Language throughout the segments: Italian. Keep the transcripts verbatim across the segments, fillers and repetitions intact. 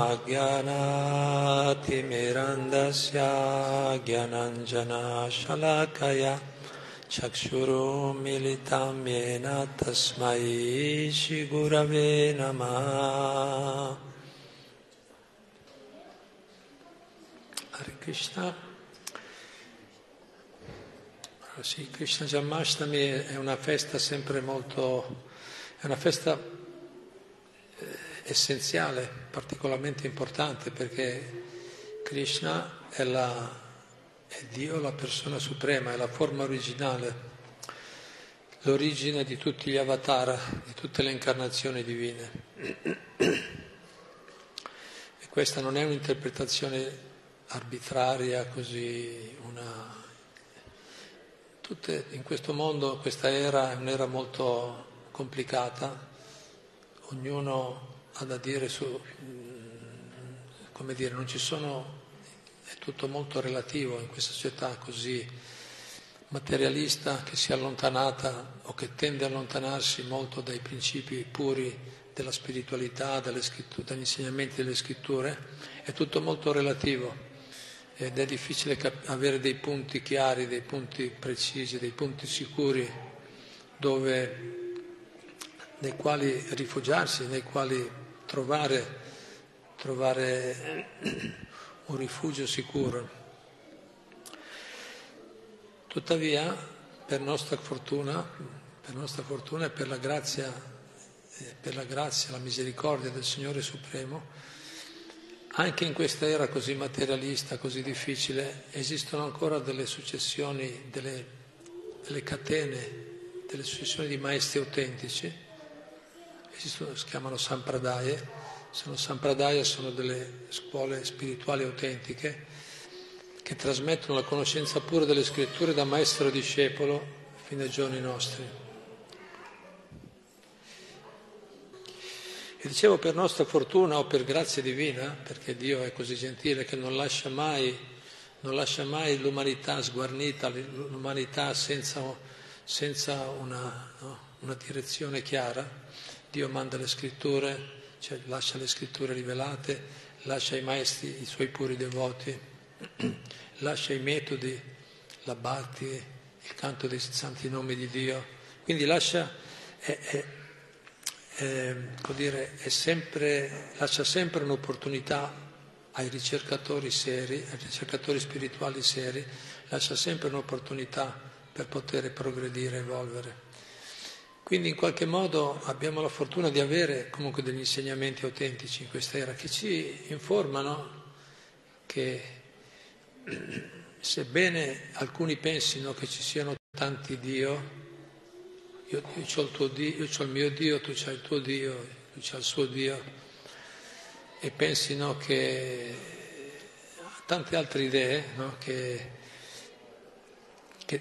ajnantirmirandasya gyananjana shalakaya chakshuru militam yena tasmai shri gurave namaha. Hare Krishna. Sì, Krishna Janmashtami è una festa sempre molto, è una festa eh, essenziale, particolarmente importante, perché Krishna è, la, è Dio, la persona suprema, è la forma originale, l'origine di tutti gli avatar, di tutte le incarnazioni divine. E questa non è un'interpretazione arbitraria, così una... Tutte, in questo mondo, questa era è un'era molto complicata, ognuno ha da dire su, come dire, non ci sono, è tutto molto relativo in questa società così materialista che si è allontanata o che tende a allontanarsi molto dai principi puri della spiritualità, delle scritture, dagli insegnamenti delle scritture, è tutto molto relativo. Ed è difficile cap- avere dei punti chiari, dei punti precisi, dei punti sicuri dove, nei quali rifugiarsi, nei quali trovare, trovare un rifugio sicuro. Tuttavia, per nostra fortuna, per nostra fortuna e per la grazia, eh, per la grazia, la misericordia del Signore Supremo, anche in questa era così materialista, così difficile, esistono ancora delle successioni, delle, delle catene, delle successioni di maestri autentici, esistono, si chiamano sampradaya, sono sampradaya, sono delle scuole spirituali autentiche che trasmettono la conoscenza pura delle scritture da maestro a discepolo fino ai giorni nostri. E dicevo, per nostra fortuna o per grazia divina, perché Dio è così gentile che non lascia mai, non lascia mai l'umanità sguarnita, l'umanità senza, senza una, no, una direzione chiara. Dio manda le scritture, cioè lascia le scritture rivelate, lascia i maestri, i suoi puri devoti, lascia i metodi, la bhakti, il canto dei santi nomi di Dio. Quindi lascia... È, è, Eh, dire, è sempre, lascia sempre un'opportunità ai ricercatori seri, ai ricercatori spirituali seri, lascia sempre un'opportunità per poter progredire, evolvere. Quindi in qualche modo abbiamo la fortuna di avere comunque degli insegnamenti autentici in questa era che ci informano che sebbene alcuni pensino che ci siano tanti Dio, Io, io ho il tuo Dio, io ho il mio Dio, tu c'hai il tuo Dio, lui c'ha il suo Dio, e pensino che tante altre idee, no? che, che,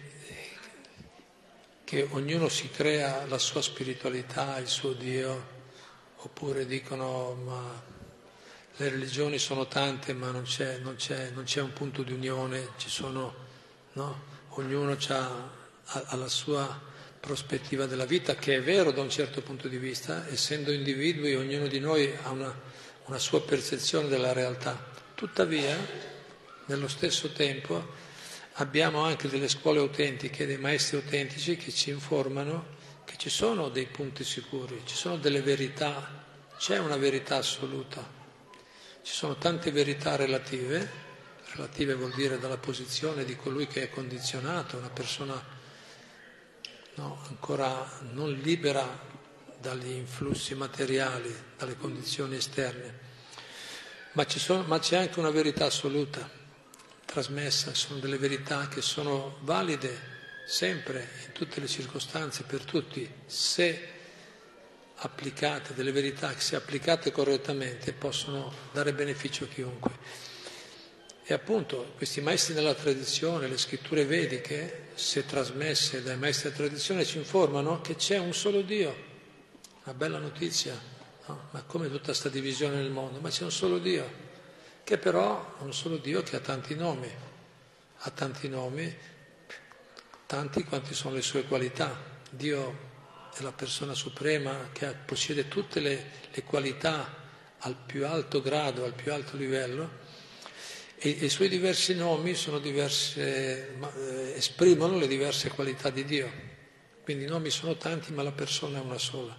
che ognuno si crea la sua spiritualità, il suo Dio, oppure dicono ma le religioni sono tante ma non c'è, non c'è, non c'è un punto di unione, ci sono, no? Ognuno ha, ha la sua prospettiva della vita, che è vero da un certo punto di vista, essendo individui ognuno di noi ha una, una sua percezione della realtà. Tuttavia, nello stesso tempo, abbiamo anche delle scuole autentiche, dei maestri autentici che ci informano che ci sono dei punti sicuri, ci sono delle verità, c'è una verità assoluta, ci sono tante verità relative, relative vuol dire dalla posizione di colui che è condizionato, una persona No, ancora non libera dagli influssi materiali, dalle condizioni esterne, ma, ci sono, ma c'è anche una verità assoluta, trasmessa, sono delle verità che sono valide sempre, in tutte le circostanze, per tutti, se applicate, delle verità che se applicate correttamente possono dare beneficio a chiunque. E appunto questi maestri della tradizione, le scritture vediche, se trasmesse dai maestri della tradizione, ci informano che c'è un solo Dio. Una bella notizia, no? Ma come tutta questa divisione nel mondo? Ma c'è un solo Dio, che però è un solo Dio che ha tanti nomi, ha tanti nomi, tanti quanti sono le sue qualità. Dio è la persona suprema che possiede tutte le, le qualità al più alto grado, al più alto livello, e, e i suoi diversi nomi sono diverse, ma, eh, esprimono le diverse qualità di Dio. Quindi i nomi sono tanti, ma la persona è una sola.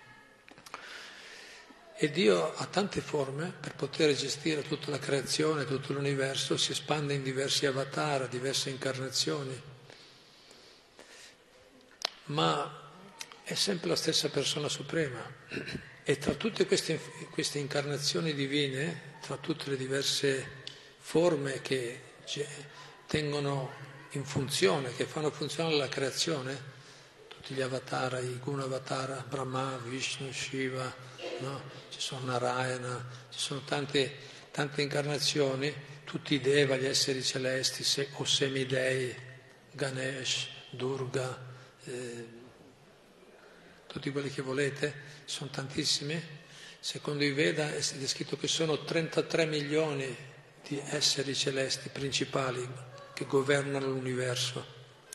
E Dio ha tante forme per poter gestire tutta la creazione, tutto l'universo, si espande in diversi avatar, diverse incarnazioni, ma è sempre la stessa persona suprema. E tra tutte queste, queste incarnazioni divine, tra tutte le diverse forme che tengono in funzione, che fanno funzionare la creazione, tutti gli avatar, i Gunavatara, Brahma, Vishnu, Shiva, no? Ci sono Narayana, ci sono tante, tante incarnazioni, tutti i Deva, gli esseri celesti se, o semidei, Ganesh, Durga, eh, tutti quelli che volete, sono tantissimi. Secondo i Veda è descritto che sono trentatré milioni di esseri celesti principali che governano l'universo.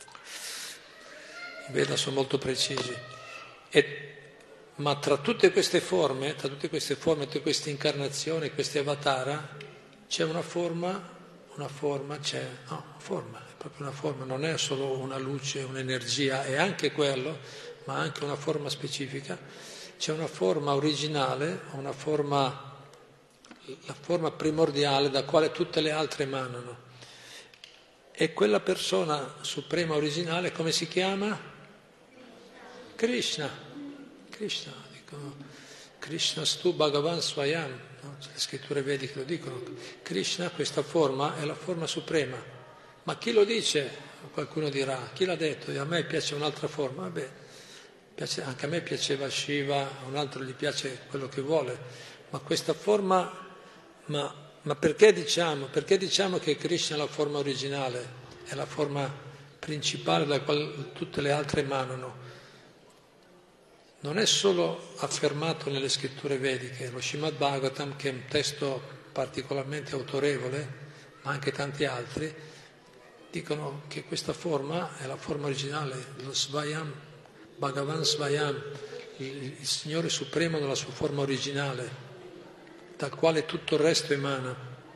I Veda sono molto precisi. E, ma tra tutte queste forme, tra tutte queste forme, tutte queste incarnazioni, questi avatara, c'è una forma, una forma, c'è, no, una forma, è proprio una forma, non è solo una luce, un'energia, è anche quello, ma anche una forma specifica. C'è una forma originale, una forma, la forma primordiale da quale tutte le altre emanano. E quella persona suprema originale come si chiama? Krishna. Krishna, dicono Krishna stu Bhagavan Swayam, no? Le scritture vediche lo dicono. Krishna, questa forma, è la forma suprema. Ma chi lo dice? Qualcuno dirà, chi l'ha detto? A me piace un'altra forma. Vabbè, piace, anche a me piaceva Shiva, a un altro gli piace quello che vuole. Ma questa forma, ma, ma perché diciamo? Perché diciamo che Krishna è la forma originale, è la forma principale da quale tutte le altre emanano? Non è solo affermato nelle scritture vediche, lo Srimad Bhagavatam, che è un testo particolarmente autorevole, ma anche tanti altri, dicono che questa forma è la forma originale, lo Svayam, Bhagavan Svayam, il, il Signore Supremo nella sua forma originale, dal quale tutto il resto emana.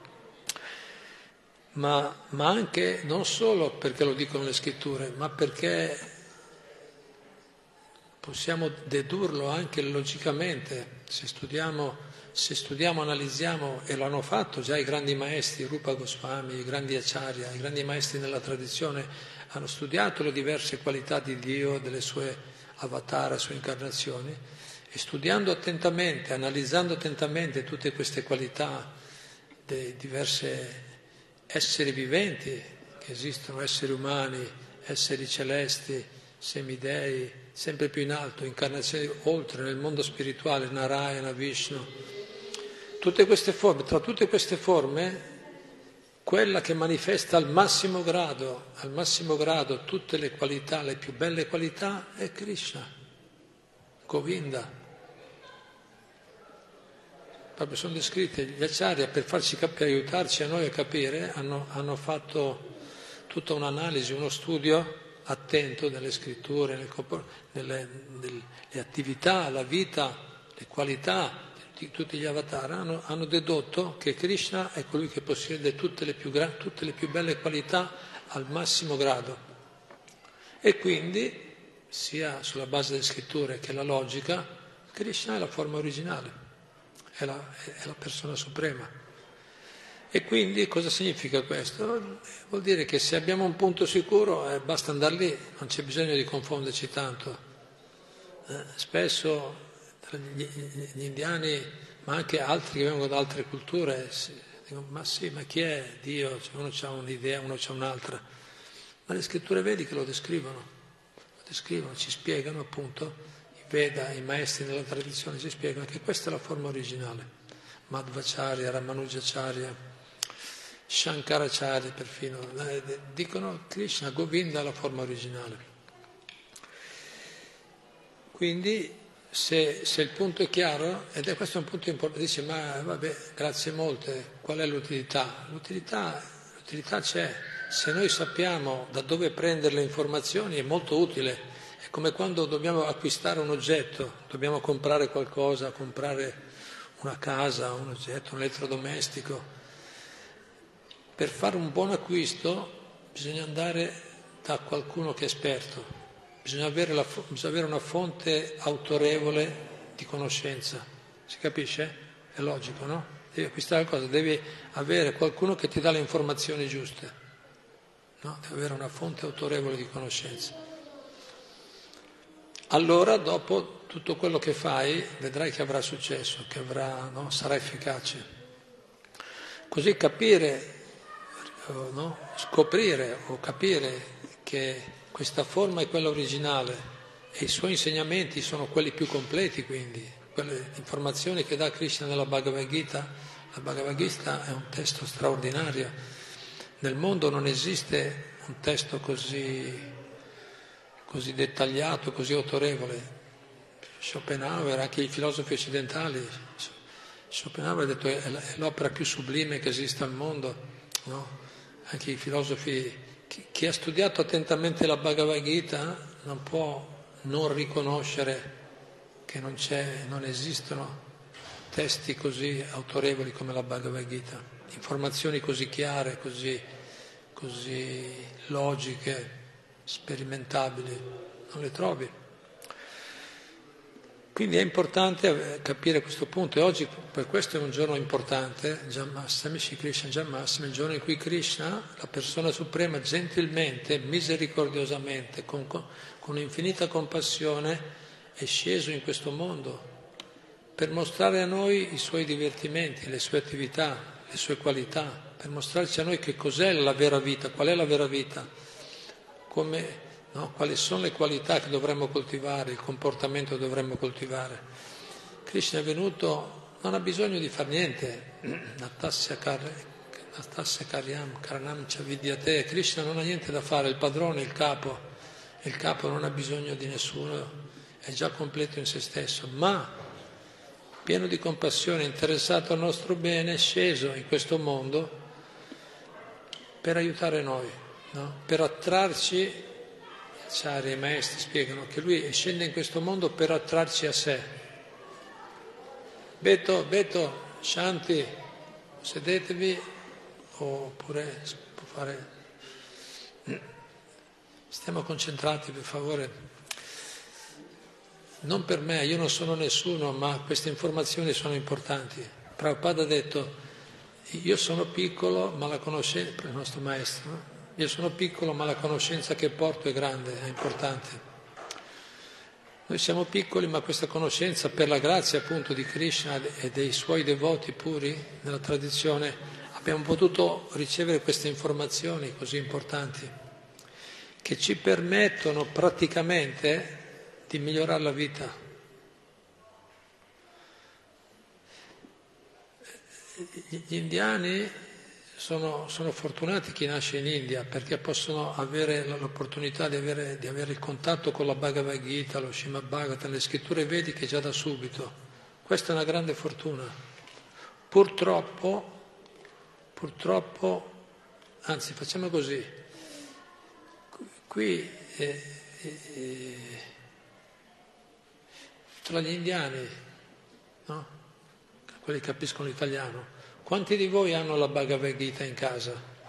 Ma, ma anche, non solo perché lo dicono le scritture, ma perché possiamo dedurlo anche logicamente, se studiamo, se studiamo, analizziamo, e lo hanno fatto già i grandi maestri, Rupa Goswami, i grandi acharya, i grandi maestri nella tradizione, hanno studiato le diverse qualità di Dio, delle sue avatar, le sue incarnazioni, e studiando attentamente, analizzando attentamente tutte queste qualità dei diversi esseri viventi che esistono, esseri umani, esseri celesti, semidei, sempre più in alto, incarnazioni oltre nel mondo spirituale, Narayana, Vishnu, tutte queste forme, tra tutte queste forme, quella che manifesta al massimo grado, al massimo grado tutte le qualità, le più belle qualità, è Krishna, Govinda. Proprio sono descritte gli acharya per farci cap- per aiutarci a noi a capire, hanno, hanno fatto tutta un'analisi, uno studio attento nelle scritture, nel, nelle, nelle attività, la vita, le qualità di tutti gli avatar, hanno, hanno dedotto che Krishna è colui che possiede tutte le, più, tutte le più belle qualità al massimo grado. E quindi, sia sulla base delle scritture che la logica, Krishna è la forma originale, è la, è la persona suprema. E quindi cosa significa questo? Vuol dire che se abbiamo un punto sicuro eh, basta andare lì, non c'è bisogno di confonderci tanto. Eh, spesso tra gli, gli indiani, ma anche altri che vengono da altre culture, si, dicono, ma sì, ma chi è Dio? Cioè, uno ha un'idea, uno ha un'altra. Ma le scritture vediche lo descrivono, lo descrivono, ci spiegano appunto, i Veda, i maestri della tradizione ci spiegano che questa è la forma originale. Madhvacharya, Ramanujacharya, Shankaracharya perfino, dicono Krishna, Govinda è la forma originale. Quindi se, se il punto è chiaro, ed è questo un punto importante, dice ma vabbè, grazie molte, qual è l'utilità? L'utilità, l'utilità c'è, se noi sappiamo da dove prendere le informazioni è molto utile, è come quando dobbiamo acquistare un oggetto, dobbiamo comprare qualcosa, comprare una casa, un oggetto, un elettrodomestico. Per fare un buon acquisto bisogna andare da qualcuno che è esperto, bisogna avere, la, bisogna avere una fonte autorevole di conoscenza. Si capisce? È logico, no? Devi acquistare qualcosa, devi avere qualcuno che ti dà le informazioni giuste, no? Devi avere una fonte autorevole di conoscenza. Allora, dopo tutto quello che fai, vedrai che avrà successo, che avrà, no? Sarà efficace. Così capire, no? Scoprire o capire che questa forma è quella originale e i suoi insegnamenti sono quelli più completi, quindi quelle informazioni che dà Krishna nella Bhagavad Gita. La Bhagavad Gita è un testo straordinario. Nel mondo non esiste un testo così, così dettagliato, così autorevole. Schopenhauer, anche i filosofi occidentali, Schopenhauer ha detto è l'opera più sublime che esiste al mondo, no? Anche i filosofi, chi, chi ha studiato attentamente la Bhagavad Gita non può non riconoscere che non c'è, non esistono testi così autorevoli come la Bhagavad Gita, informazioni così chiare, così, così logiche, sperimentabili, non le trovi. Quindi è importante capire questo punto e oggi per questo è un giorno importante, Janmashtami, Shri Krishna Janmashtami, il giorno in cui Krishna, la persona suprema, gentilmente, misericordiosamente, con, con infinita compassione, è sceso in questo mondo per mostrare a noi i suoi divertimenti, le sue attività, le sue qualità, per mostrarci a noi che cos'è la vera vita, qual è la vera vita, come, no, quali sono le qualità che dovremmo coltivare, il comportamento che dovremmo coltivare. Krishna è venuto, non ha bisogno di far niente, Natasya Karyam Karanam Chavidyate, Krishna non ha niente da fare, il padrone, il capo, il capo non ha bisogno di nessuno, è già completo in se stesso, ma pieno di compassione, interessato al nostro bene, è sceso in questo mondo per aiutare noi, no? Per attrarci, gli acciari e i maestri spiegano che lui scende in questo mondo per attrarci a sé. Beto, Beto, Shanti, sedetevi, oppure può fare... Stiamo concentrati, per favore. Non per me, io non sono nessuno, ma queste informazioni sono importanti. Prabhupada ha detto, io sono piccolo, ma la conoscenza, il nostro maestro, no? Io sono piccolo, ma la conoscenza che porto è grande, è importante. Noi siamo piccoli, ma questa conoscenza, per la grazia appunto di Krishna e dei suoi devoti puri nella tradizione, abbiamo potuto ricevere queste informazioni così importanti, che ci permettono praticamente di migliorare la vita. Gli indiani sono, sono fortunati chi nasce in India perché possono avere l'opportunità di avere, di avere il contatto con la Bhagavad Gita, lo Srimad Bhagavatam, le scritture vediche già da subito. Questa è una grande fortuna. Purtroppo, purtroppo, anzi facciamo così, qui eh, eh, tra gli indiani, no? Quelli che capiscono l'italiano, quanti di voi hanno la Bhagavad Gita in casa?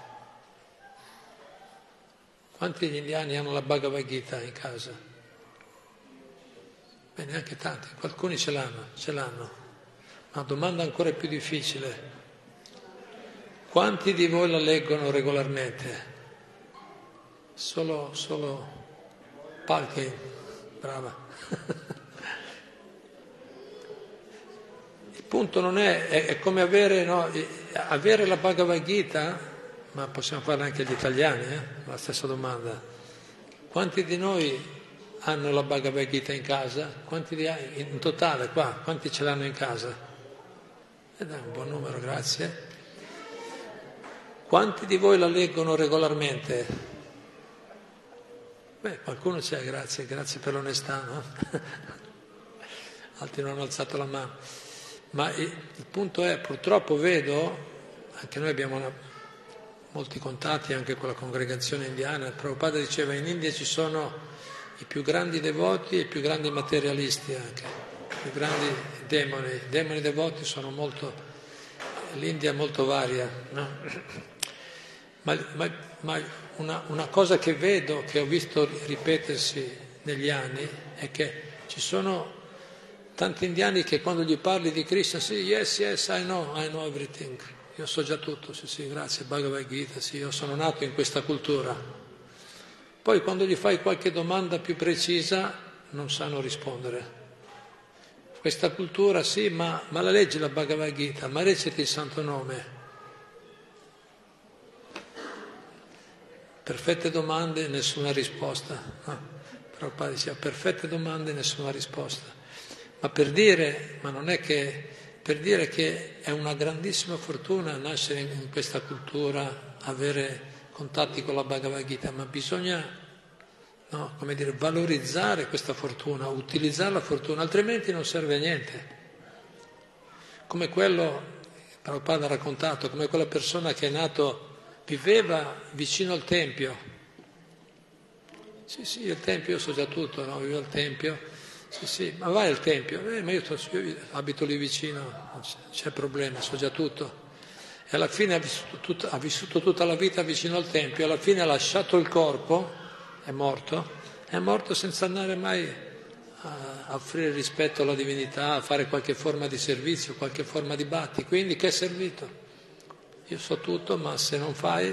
Quanti degli indiani hanno la Bhagavad Gita in casa? Bene, anche tanti, alcuni ce l'hanno, ce l'hanno. Ma domanda ancora più difficile, quanti di voi la leggono regolarmente? Solo, solo Palki, brava. Il punto non è, è, è come avere, no, avere la Bhagavad Gita, ma possiamo farla anche gli italiani, eh? La stessa domanda. Quanti di noi hanno la Bhagavad Gita in casa? Quanti di, in totale qua, quanti ce l'hanno in casa? Ed è un buon numero, grazie. Quanti di voi la leggono regolarmente? Beh, qualcuno c'è, grazie, grazie per l'onestà, no? Altri non hanno alzato la mano. Ma il punto è, purtroppo vedo, anche noi abbiamo una, molti contatti anche con la congregazione indiana, Prabhupada diceva in India ci sono i più grandi devoti e i più grandi materialisti anche. più grandi demoni. I demoni devoti sono molto, l'India è molto varia, no? Ma, ma, ma una, una cosa che vedo, che ho visto ripetersi negli anni, è che ci sono tanti indiani che quando gli parli di Krishna, sì, yes, yes, I know, I know everything. Io so già tutto, sì, sì, grazie, Bhagavad Gita, sì, io sono nato in questa cultura. Poi quando gli fai qualche domanda più precisa non sanno rispondere. Questa cultura, sì, ma, ma la leggi la Bhagavad Gita, ma reciti il santo nome. Perfette domande, nessuna risposta. No? Prabhupada diceva perfette domande, nessuna risposta. Ma per dire, ma non è che, per dire che è una grandissima fortuna nascere in questa cultura, avere contatti con la Bhagavad Gita, ma bisogna, no, come dire, valorizzare questa fortuna, utilizzare la fortuna, altrimenti non serve a niente. Come quello, Prabhupada ha raccontato, come quella persona che è nato, viveva vicino al Tempio. Sì, sì, il Tempio, io so già tutto, no? Vivo al Tempio. Sì, sì, ma vai al Tempio? Eh, ma io, io abito lì vicino, non c'è, c'è problema, so già tutto. E alla fine ha vissuto, tutta, ha vissuto tutta la vita vicino al Tempio, alla fine ha lasciato il corpo, è morto, è morto senza andare mai a, a offrire rispetto alla divinità, a fare qualche forma di servizio, qualche forma di bhakti. Quindi che è servito? Io so tutto, ma se non fai...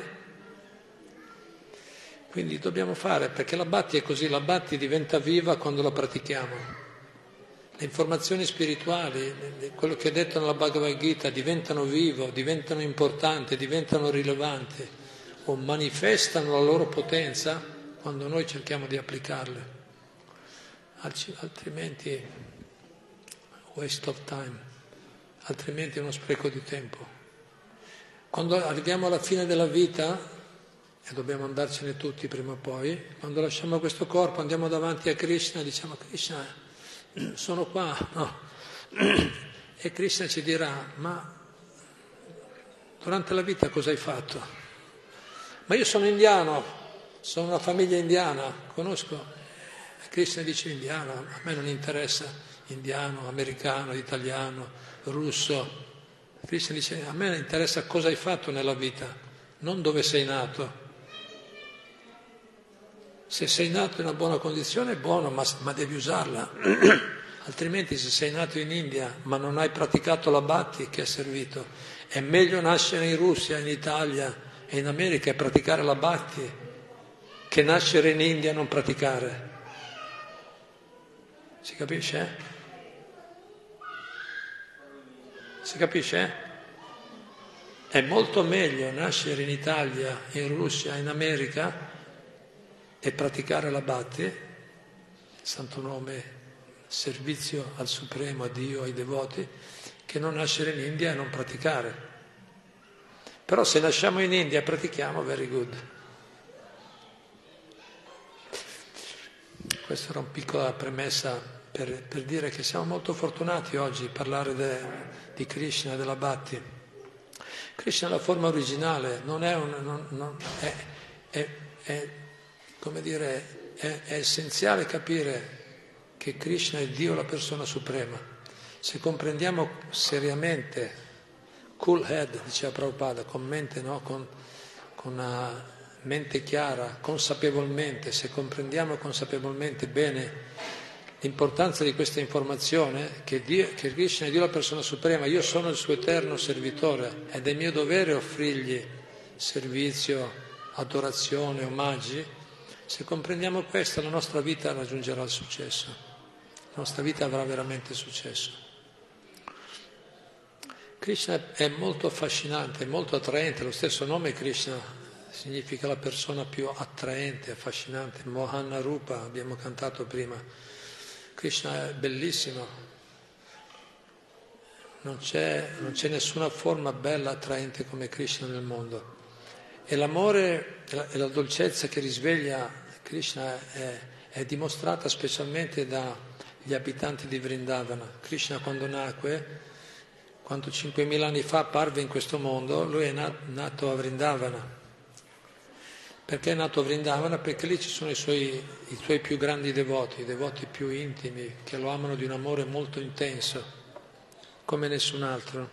Quindi dobbiamo fare, perché la bhakti è così, la bhakti diventa viva quando la pratichiamo. Le informazioni spirituali, quello che è detto nella Bhagavad Gita, diventano vivo, diventano importanti, diventano rilevanti o manifestano la loro potenza quando noi cerchiamo di applicarle. Altrimenti waste of time, altrimenti è uno spreco di tempo. Quando arriviamo alla fine della vita, e dobbiamo andarcene tutti prima o poi, quando lasciamo questo corpo andiamo davanti a Krishna e diciamo Krishna, sono qua, no? E Krishna ci dirà, ma durante la vita cosa hai fatto? Ma io sono indiano, sono una famiglia indiana, conosco. E Krishna dice indiano, a me non interessa indiano, americano, italiano, russo. Krishna dice, a me interessa cosa hai fatto nella vita, non dove sei nato. Se sei nato in una buona condizione è buono, ma, ma devi usarla. Altrimenti se sei nato in India ma non hai praticato la bhakti, che è servito? È meglio nascere in Russia, in Italia e in America e praticare la bhakti che nascere in India e non praticare. Si capisce? Si capisce? È molto meglio nascere in Italia, in Russia, in America e praticare la bhakti, il santo nome, servizio al Supremo, a Dio, ai devoti, che non nascere in India e non praticare. Però se nasciamo in India e pratichiamo, very good. Questa era una piccola premessa per, per dire che siamo molto fortunati oggi a parlare de, di Krishna e della bhakti. Krishna è la forma originale, non è un... Non, non, è, è, è, come dire, è, è essenziale capire che Krishna è Dio, la persona suprema. Se comprendiamo seriamente, cool head, diceva Prabhupada, con mente, no? con, con una mente chiara, consapevolmente, se comprendiamo consapevolmente bene l'importanza di questa informazione, che, Dio, che Krishna è Dio, la persona suprema, io sono il suo eterno servitore ed è mio dovere offrirgli servizio, adorazione, omaggi. Se comprendiamo questo, la nostra vita raggiungerà il successo, la nostra vita avrà veramente successo. Krishna è molto affascinante, molto attraente, lo stesso nome Krishna significa la persona più attraente, affascinante, Mohana Rupa, abbiamo cantato prima. Krishna è bellissimo, non c'è, non c'è nessuna forma bella, attraente come Krishna nel mondo. E l'amore e la, e la dolcezza che risveglia Krishna è, è dimostrata specialmente dagli abitanti di Vrindavana. Krishna quando nacque, quando cinquemila anni fa apparve in questo mondo, lui è nato a Vrindavana. Perché è nato a Vrindavana? Perché lì ci sono i suoi, i suoi più grandi devoti, i devoti più intimi, che lo amano di un amore molto intenso, come nessun altro.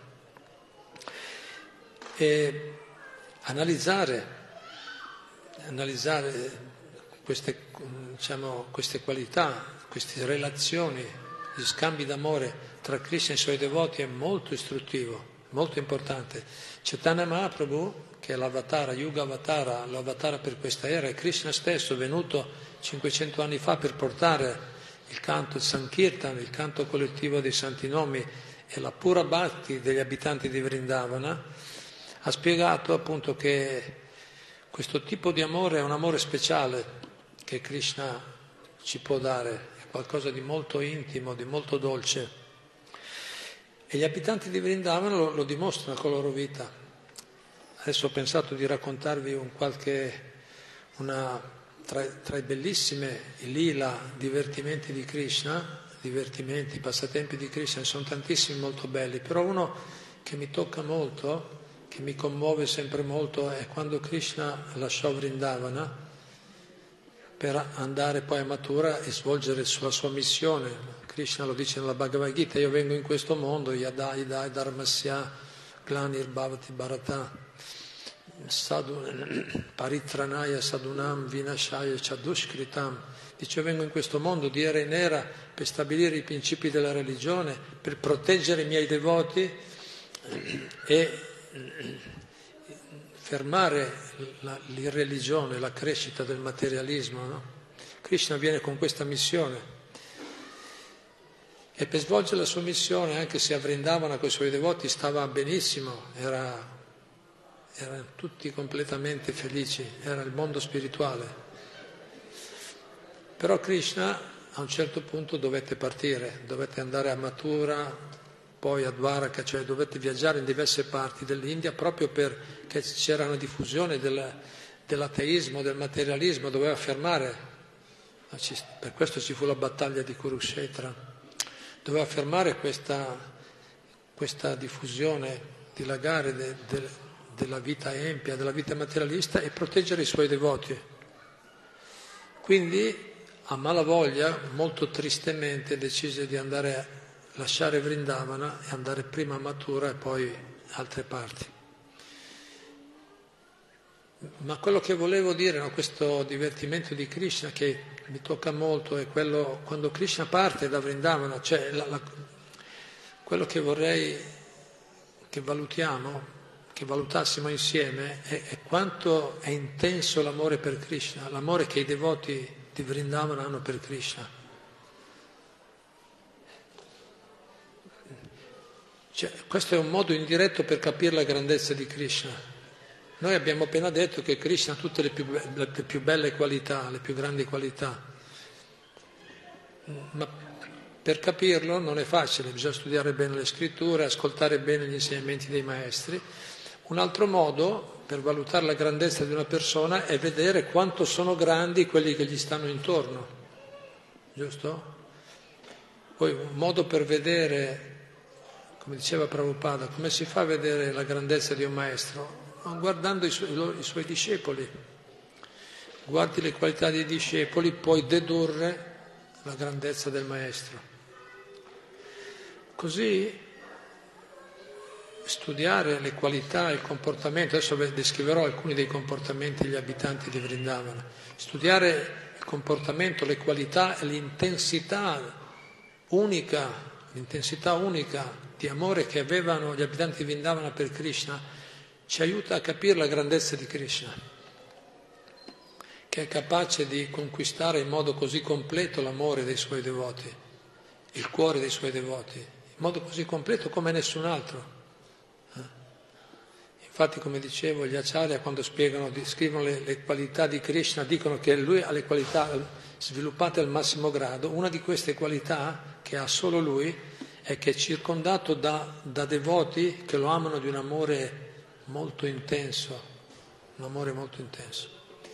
E analizzare, analizzare queste, diciamo, queste qualità, queste relazioni, gli scambi d'amore tra Krishna e i suoi devoti è molto istruttivo, molto importante. Chaitanya Mahaprabhu, che è l'Avatara, Yuga Avatara, l'Avatara per questa era, è Krishna stesso venuto cinquecento anni fa per portare il canto, il Sankirtan, il canto collettivo dei santi nomi e la pura bhakti degli abitanti di Vrindavana, ha spiegato appunto che questo tipo di amore è un amore speciale che Krishna ci può dare, è qualcosa di molto intimo, di molto dolce. E gli abitanti di Vrindavana lo, lo dimostrano con la loro vita. Adesso ho pensato di raccontarvi un qualche, una, tra, tra i bellissime lila, divertimenti di Krishna, divertimenti, passatempi di Krishna, sono tantissimi molto belli, però uno che mi tocca molto, che mi commuove sempre molto, è quando Krishna lasciò Vrindavana per andare poi a Mathura e svolgere la sua missione. Krishna lo dice nella Bhagavad Gita: io vengo in questo mondo, yada ida dharmasya glanir bhavati bharata sadhu paritranaya sadunam vinashaya chadushkritam. Dice: io vengo in questo mondo di era in era per stabilire i principi della religione, per proteggere i miei devoti e fermare la, l'irreligione, la crescita del materialismo, no? Krishna viene con questa missione e per svolgere la sua missione, anche se a Vrindavana con i suoi devoti stava benissimo, era, erano tutti completamente felici, era il mondo spirituale. Però Krishna a un certo punto dovette partire, dovette andare a Mathura, poi a Dwaraka, cioè dovette viaggiare in diverse parti dell'India proprio perché c'era una diffusione del, dell'ateismo, del materialismo, doveva fermare, per questo ci fu la battaglia di Kurukshetra, doveva fermare questa, questa diffusione, dilagare de, de, della vita empia, della vita materialista e proteggere i suoi devoti. Quindi a malavoglia, molto tristemente, decise di andare a lasciare Vrindavana e andare prima a Mathura e poi altre parti. Ma quello che volevo dire, no, questo divertimento di Krishna che mi tocca molto, è quello quando Krishna parte da Vrindavana, cioè la, la, quello che vorrei che valutiamo, che valutassimo insieme, è, è quanto è intenso l'amore per Krishna, l'amore che i devoti di Vrindavana hanno per Krishna. Cioè, questo è un modo indiretto per capire la grandezza di Krishna. Noi abbiamo appena detto che Krishna ha tutte le più, le più belle qualità, le più grandi qualità, ma per capirlo non è facile, bisogna studiare bene le scritture, ascoltare bene gli insegnamenti dei maestri. Un altro modo per valutare la grandezza di una persona è vedere quanto sono grandi quelli che gli stanno intorno, giusto? Poi un modo per vedere, come diceva Prabhupada, come si fa a vedere la grandezza di un maestro? Guardando i suoi, i suoi discepoli, guardi le qualità dei discepoli, puoi dedurre la grandezza del maestro. Così studiare le qualità e il comportamento, adesso descriverò alcuni dei comportamenti degli abitanti di Vrindavana, studiare il comportamento, le qualità e l'intensità unica, l'intensità unica di amore che avevano gli abitanti di Vrindavana per Krishna, ci aiuta a capire la grandezza di Krishna, che è capace di conquistare in modo così completo l'amore dei suoi devoti, il cuore dei suoi devoti, in modo così completo come nessun altro. Eh? Infatti, come dicevo, gli acharya quando spiegano, scrivono le, le qualità di Krishna, dicono che lui ha le qualità sviluppate al massimo grado. Una di queste qualità che ha solo lui è che è circondato da, da devoti che lo amano di un amore molto intenso, un amore molto intenso.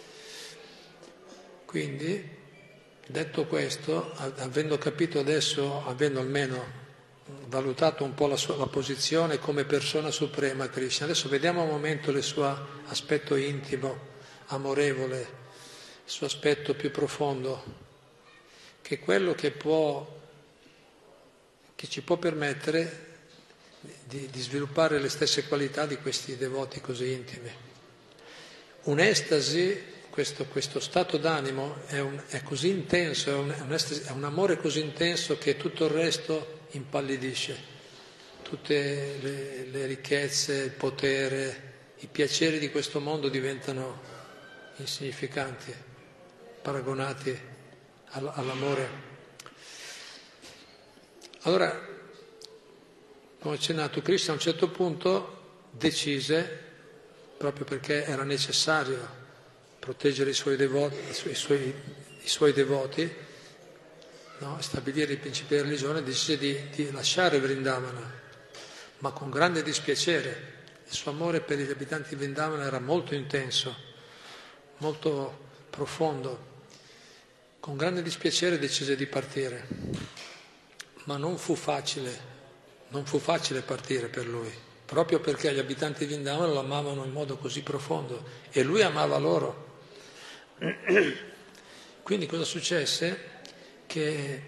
Quindi, detto questo, avendo capito adesso, avendo almeno valutato un po' la sua la posizione come persona suprema Krishna, adesso vediamo un momento il suo aspetto intimo, amorevole, il suo aspetto più profondo, che è quello che può, che ci può permettere di, di sviluppare le stesse qualità di questi devoti così intimi. Un'estasi, questo, questo stato d'animo è, un, è così intenso, è un, è, un è un amore così intenso che tutto il resto impallidisce. Tutte le, le ricchezze, il potere, i piaceri di questo mondo diventano insignificanti, paragonati all'amore. Allora, come ho accennato, Krishna a un certo punto decise, proprio perché era necessario proteggere i suoi devoti, i suoi, i suoi, i suoi devoti, no? Stabilire i principi della religione, decise di, di lasciare Vrindavana, ma con grande dispiacere. Il suo amore per gli abitanti di Vrindavana era molto intenso, molto profondo. Con grande dispiacere decise di partire, ma non fu facile, non fu facile partire per lui, proprio perché gli abitanti di Vrindavana lo amavano in modo così profondo e lui amava loro. Quindi cosa successe? Che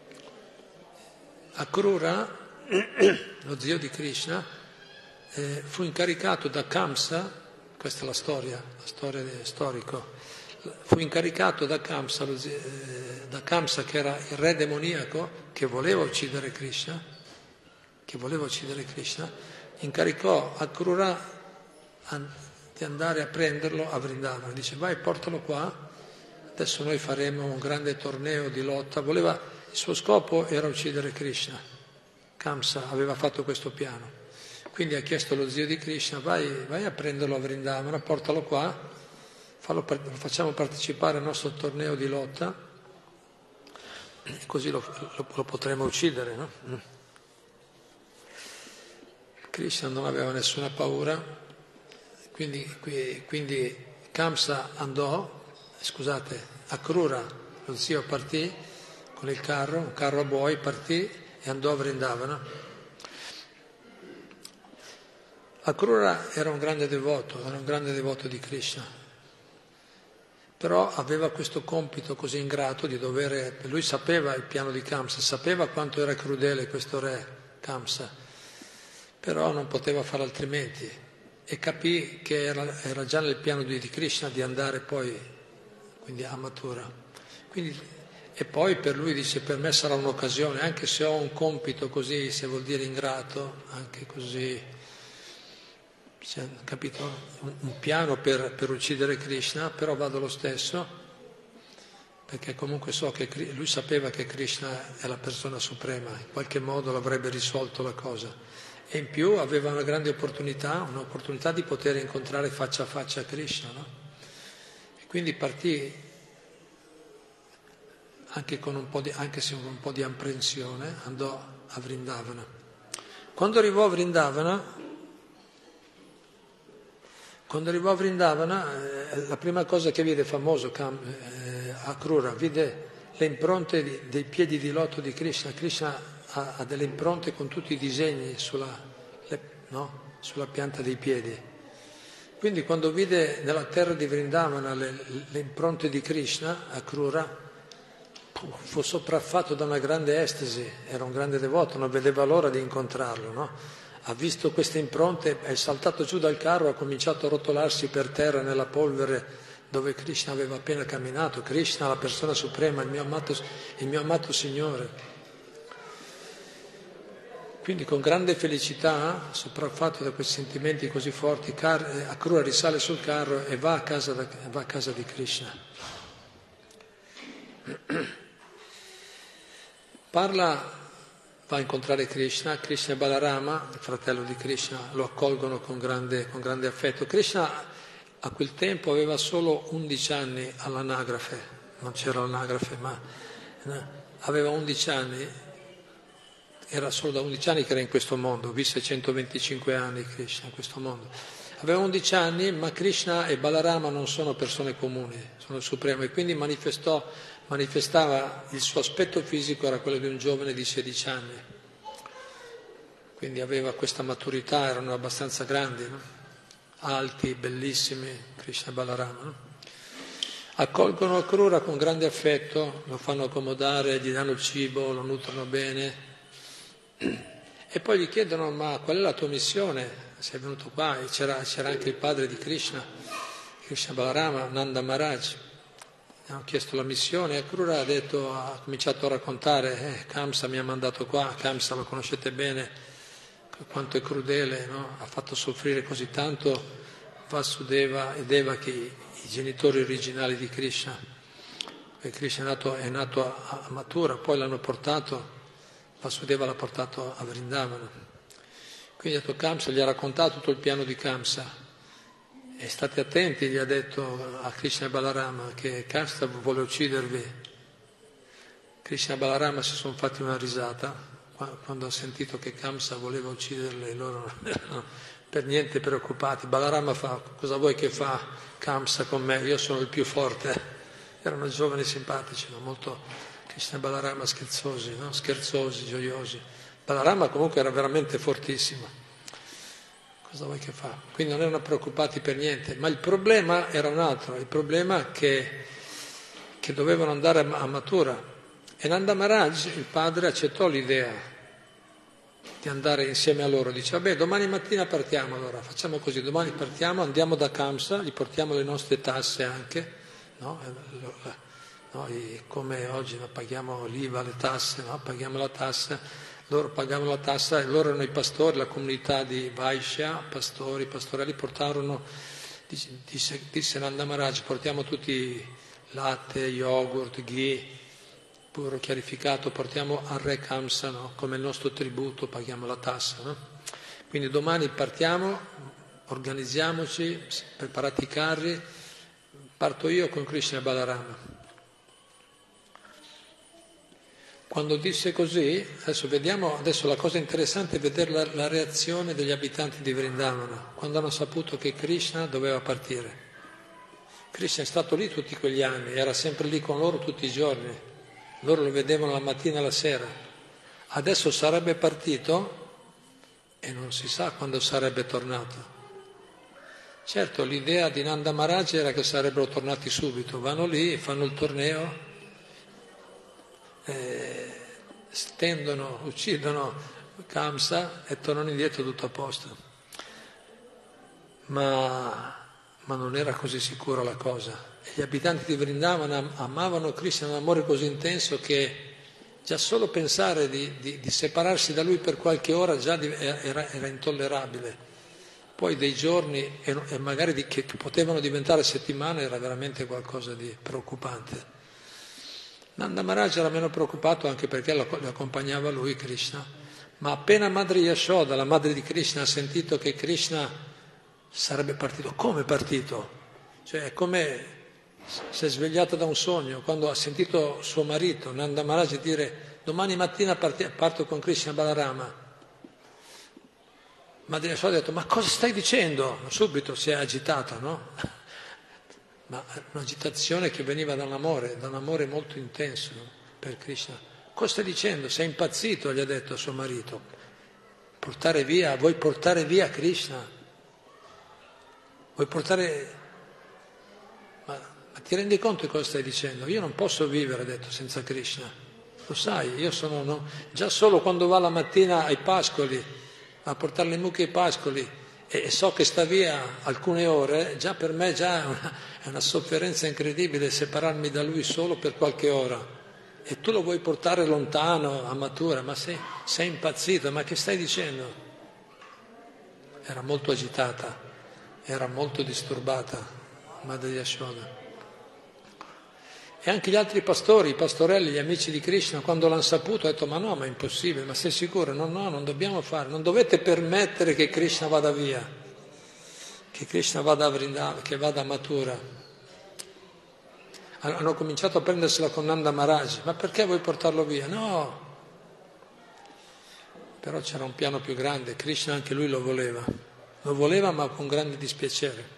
Akrura, lo zio di Krishna, eh, fu incaricato da Kamsa, questa è la storia, la storia del storico, fu incaricato da Kamsa, lo zio, eh, da Kamsa che era il re demoniaco che voleva uccidere Krishna, che voleva uccidere Krishna, incaricò Akrura di andare a prenderlo a Vrindavana. Dice: vai, portalo qua, adesso noi faremo un grande torneo di lotta. Voleva, il suo scopo era uccidere Krishna. Kamsa aveva fatto questo piano. Quindi ha chiesto allo zio di Krishna: vai, vai a prenderlo a Vrindavana, portalo qua, fallo, lo facciamo partecipare al nostro torneo di lotta e così lo, lo, lo potremo uccidere, no? Krishna non aveva nessuna paura. Quindi, quindi Kamsa andò, scusate, Akrura, lo zio, partì con il carro, un carro a buoi, partì e andò a Vrindavana. Akrura era un grande devoto, era un grande devoto di Krishna, però aveva questo compito così ingrato di dover, lui sapeva il piano di Kamsa, sapeva quanto era crudele questo re Kamsa, però non poteva fare altrimenti. E capì che era, era già nel piano di, di Krishna di andare poi, quindi a Mathura. Quindi, e poi per lui dice: per me sarà un'occasione, anche se ho un compito così, se vuol dire ingrato, anche così, cioè, capito? Un, un piano per, per uccidere Krishna, però vado lo stesso, perché comunque so che lui sapeva che Krishna è la persona suprema, in qualche modo l'avrebbe risolto la cosa. E in più aveva una grande opportunità, un'opportunità di poter incontrare faccia a faccia Krishna, no? E quindi partì anche, con un po' di, anche se con un po' di apprensione, andò a Vrindavana. Quando arrivò a Vrindavana, quando arrivò a Vrindavana, eh, la prima cosa che vide, famoso eh, Akrura, vide le impronte di, dei piedi di loto di Krishna. Krishna ha, ha delle impronte con tutti i disegni sulla, le, no? sulla pianta dei piedi. Quindi quando vide nella terra di Vrindavana le, le impronte di Krishna, Akrura fu sopraffatto da una grande estasi, era un grande devoto, non vedeva l'ora di incontrarlo, no? Ha visto queste impronte, è saltato giù dal carro, ha cominciato a rotolarsi per terra nella polvere dove Krishna aveva appena camminato. Krishna, la persona suprema, il mio amato, il mio amato Signore. Quindi con grande felicità, sopraffatto da questi sentimenti così forti, Akrura risale sul carro e va a casa, da, va a casa di Krishna. Parla, va a incontrare Krishna, Krishna e Balarama, il fratello di Krishna, lo accolgono con grande, con grande affetto. Krishna a quel tempo aveva solo undici anni all'anagrafe, non c'era l'anagrafe, ma no, aveva undici anni, era solo da undici anni che era in questo mondo, visse centoventicinque anni Krishna in questo mondo. Aveva undici anni, ma Krishna e Balarama non sono persone comuni, sono il Supremo, e quindi manifestò, manifestava, il suo aspetto fisico era quello di un giovane di sedici anni, quindi aveva questa maturità, erano abbastanza grandi, no? Alti, bellissimi, Krishna e Balarama, no? Accolgono Akrura con grande affetto, lo fanno accomodare, gli danno il cibo, lo nutrono bene e poi gli chiedono: ma qual è la tua missione? Sei venuto qua? E c'era, c'era anche il padre di Krishna, Krishna Balarama, Nanda Maharaj. Hanno chiesto la missione e Akrura ha, detto, ha cominciato a raccontare: eh, Kamsa mi ha mandato qua, Kamsa lo conoscete bene, quanto è crudele, no? Ha fatto soffrire così tanto Vasudeva e Devaki, i genitori originali di Krishna. E Krishna è nato, è nato a, a Mathura, poi l'hanno portato, Vasudeva l'ha portato a Vrindavana. Quindi ha detto Kamsa, gli ha raccontato tutto il piano di Kamsa. E state attenti, gli ha detto a Krishna e Balarama, che Kamsa vuole uccidervi. Krishna e Balarama si sono fatti una risata quando ha sentito che Kamsa voleva ucciderle, loro non erano per niente preoccupati. Balarama fa: cosa vuoi che fa Kamsa con me? Io sono il più forte. Erano giovani simpatici, no? Molto Krishna e Balarama scherzosi, no? Scherzosi, gioiosi. Balarama comunque era veramente fortissimo. Cosa vuoi che fa? Quindi non erano preoccupati per niente, ma il problema era un altro, il problema è che, che dovevano andare a Mathura. E Nanda Maharaj, il padre, accettò l'idea di andare insieme a loro. Dice: vabbè, domani mattina partiamo, allora facciamo così, domani partiamo, andiamo da Kamsa, gli portiamo le nostre tasse anche, no? Noi come oggi no, paghiamo l'I V A, le tasse, no? Paghiamo la tassa, loro pagavano la tassa e loro erano i pastori, la comunità di Vaishya, pastori, pastorelli, portarono, disse, disse Nanda Maharaj, portiamo tutti latte, yogurt, ghee, puro chiarificato, portiamo al re Kamsa, no? Come il nostro tributo, paghiamo la tassa. No? Quindi domani partiamo, organizziamoci, preparati i carri, parto io con Krishna e Balarama. Quando disse così, adesso vediamo, adesso la cosa interessante è vedere la, la reazione degli abitanti di Vrindavana, quando hanno saputo che Krishna doveva partire. Krishna è stato lì tutti quegli anni, era sempre lì con loro tutti i giorni. Loro lo vedevano la mattina e la sera. Adesso sarebbe partito e non si sa quando sarebbe tornato. Certo, l'idea di Nanda Maharaj era che sarebbero tornati subito. Vanno lì, fanno il torneo, eh, stendono, uccidono Kamsa e tornano indietro tutto a posto. Ma, ma non era così sicura la cosa. Gli abitanti di Vrindavana amavano Krishna un amore così intenso che già solo pensare di, di, di separarsi da lui per qualche ora già era, era intollerabile. Poi dei giorni e, e magari di, che, che potevano diventare settimane era veramente qualcosa di preoccupante. Nanda Maharaj era meno preoccupato anche perché lo, lo accompagnava lui Krishna. Ma appena Madre Yashoda, la madre di Krishna, ha sentito che Krishna sarebbe partito, come partito? Cioè è come si è svegliata da un sogno, quando ha sentito suo marito, Nanda Maharaj, dire domani mattina parti, parto con Krishna Balarama. Madre Yashoda ha detto: ma cosa stai dicendo? Subito si è agitata, no? Ma un'agitazione che veniva dall'amore, da un amore molto intenso, no? Per Krishna. Cosa stai dicendo? Sei impazzito, gli ha detto a suo marito. Portare via, vuoi portare via Krishna? Vuoi portare... Ma, ma ti rendi conto di cosa stai dicendo? Io non posso vivere, ha detto, senza Krishna. Lo sai, io sono... No? Già solo quando va la mattina ai pascoli, a portare le mucche ai pascoli, e, e so che sta via alcune ore, già per me già è una, è una sofferenza incredibile separarmi da lui solo per qualche ora. E tu lo vuoi portare lontano, a Mathura, ma sei, sei impazzito, ma che stai dicendo? Era molto agitata, era molto disturbata, Madre Yashoda. E anche gli altri pastori, i pastorelli, gli amici di Krishna, quando l'hanno saputo, hanno detto: ma no, ma è impossibile, ma sei sicuro? No, no, non dobbiamo fare, non dovete permettere che Krishna vada via, che Krishna vada a Vrindavana, che vada a Mathura. Hanno cominciato a prendersela con Nanda Maharaj: ma perché vuoi portarlo via? No! Però c'era un piano più grande, Krishna anche lui lo voleva, lo voleva ma con grande dispiacere.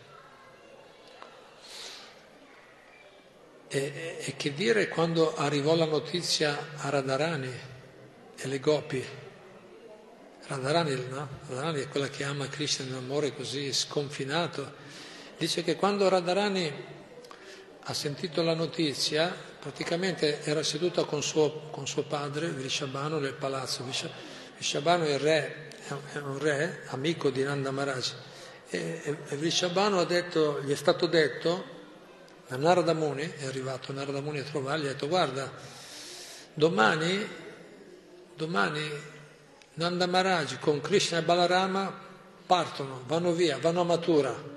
E, e che dire quando arrivò la notizia a Radharani e le Gopi? Radharani, no? Radharani è quella che ama Krishna in un amore così sconfinato. Dice che quando Radharani ha sentito la notizia, praticamente era seduta con suo, con suo padre, Vrishabhanu, nel palazzo. Vrishabhanu è il re, è un re, amico di Nanda Maharaj. E, e Vrishabhanu ha detto, gli è stato detto, da Narada Muni, è arrivato Narada Muni a trovargli, ha detto guarda, domani, domani Nanda Maharaj con Krishna e Balarama partono, vanno via, vanno a Mathura.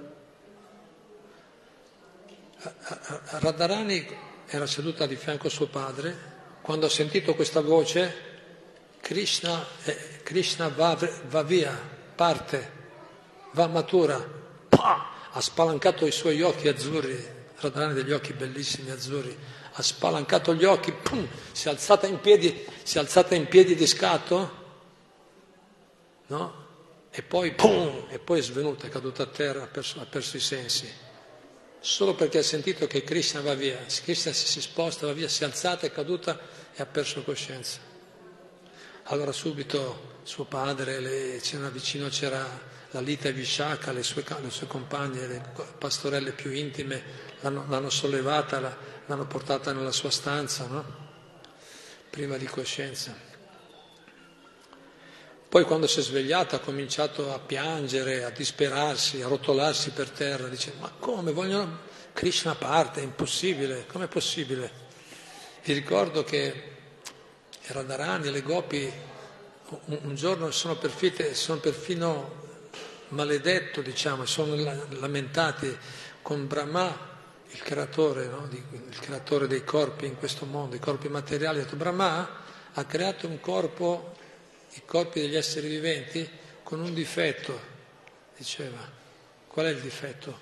Radharani era seduta di fianco a suo padre, quando ha sentito questa voce, Krishna, eh, Krishna va, va via, parte, va a Mathura, Pah! Ha spalancato i suoi occhi azzurri, Radharani degli occhi bellissimi azzurri, ha spalancato gli occhi, pum, si è alzata in piedi, si è alzata in piedi di scatto, no? E poi, pum, e poi è svenuta, è caduta a terra, ha perso, ha perso i sensi. Solo perché ha sentito che Krishna va via, Krishna si, si sposta, va via, si è alzata, è caduta e ha perso coscienza. Allora subito suo padre, le, c'era vicino c'era la Lita e Vishaka, le sue, le sue compagne, le pastorelle più intime, l'hanno, l'hanno sollevata, la, l'hanno portata nella sua stanza, no? Prima di coscienza. Poi quando si è svegliata ha cominciato a piangere, a disperarsi, a rotolarsi per terra, dice ma come, vogliono Krishna parte, è impossibile, com'è possibile? Vi ricordo che Radharani e le gopi un, un giorno sono, perfite, sono perfino maledetto, diciamo, sono lamentati con Brahma, il creatore, no? il creatore dei corpi in questo mondo, i corpi materiali. Ha detto Brahma ha creato un corpo, i corpi degli esseri viventi con un difetto, diceva. Qual è il difetto?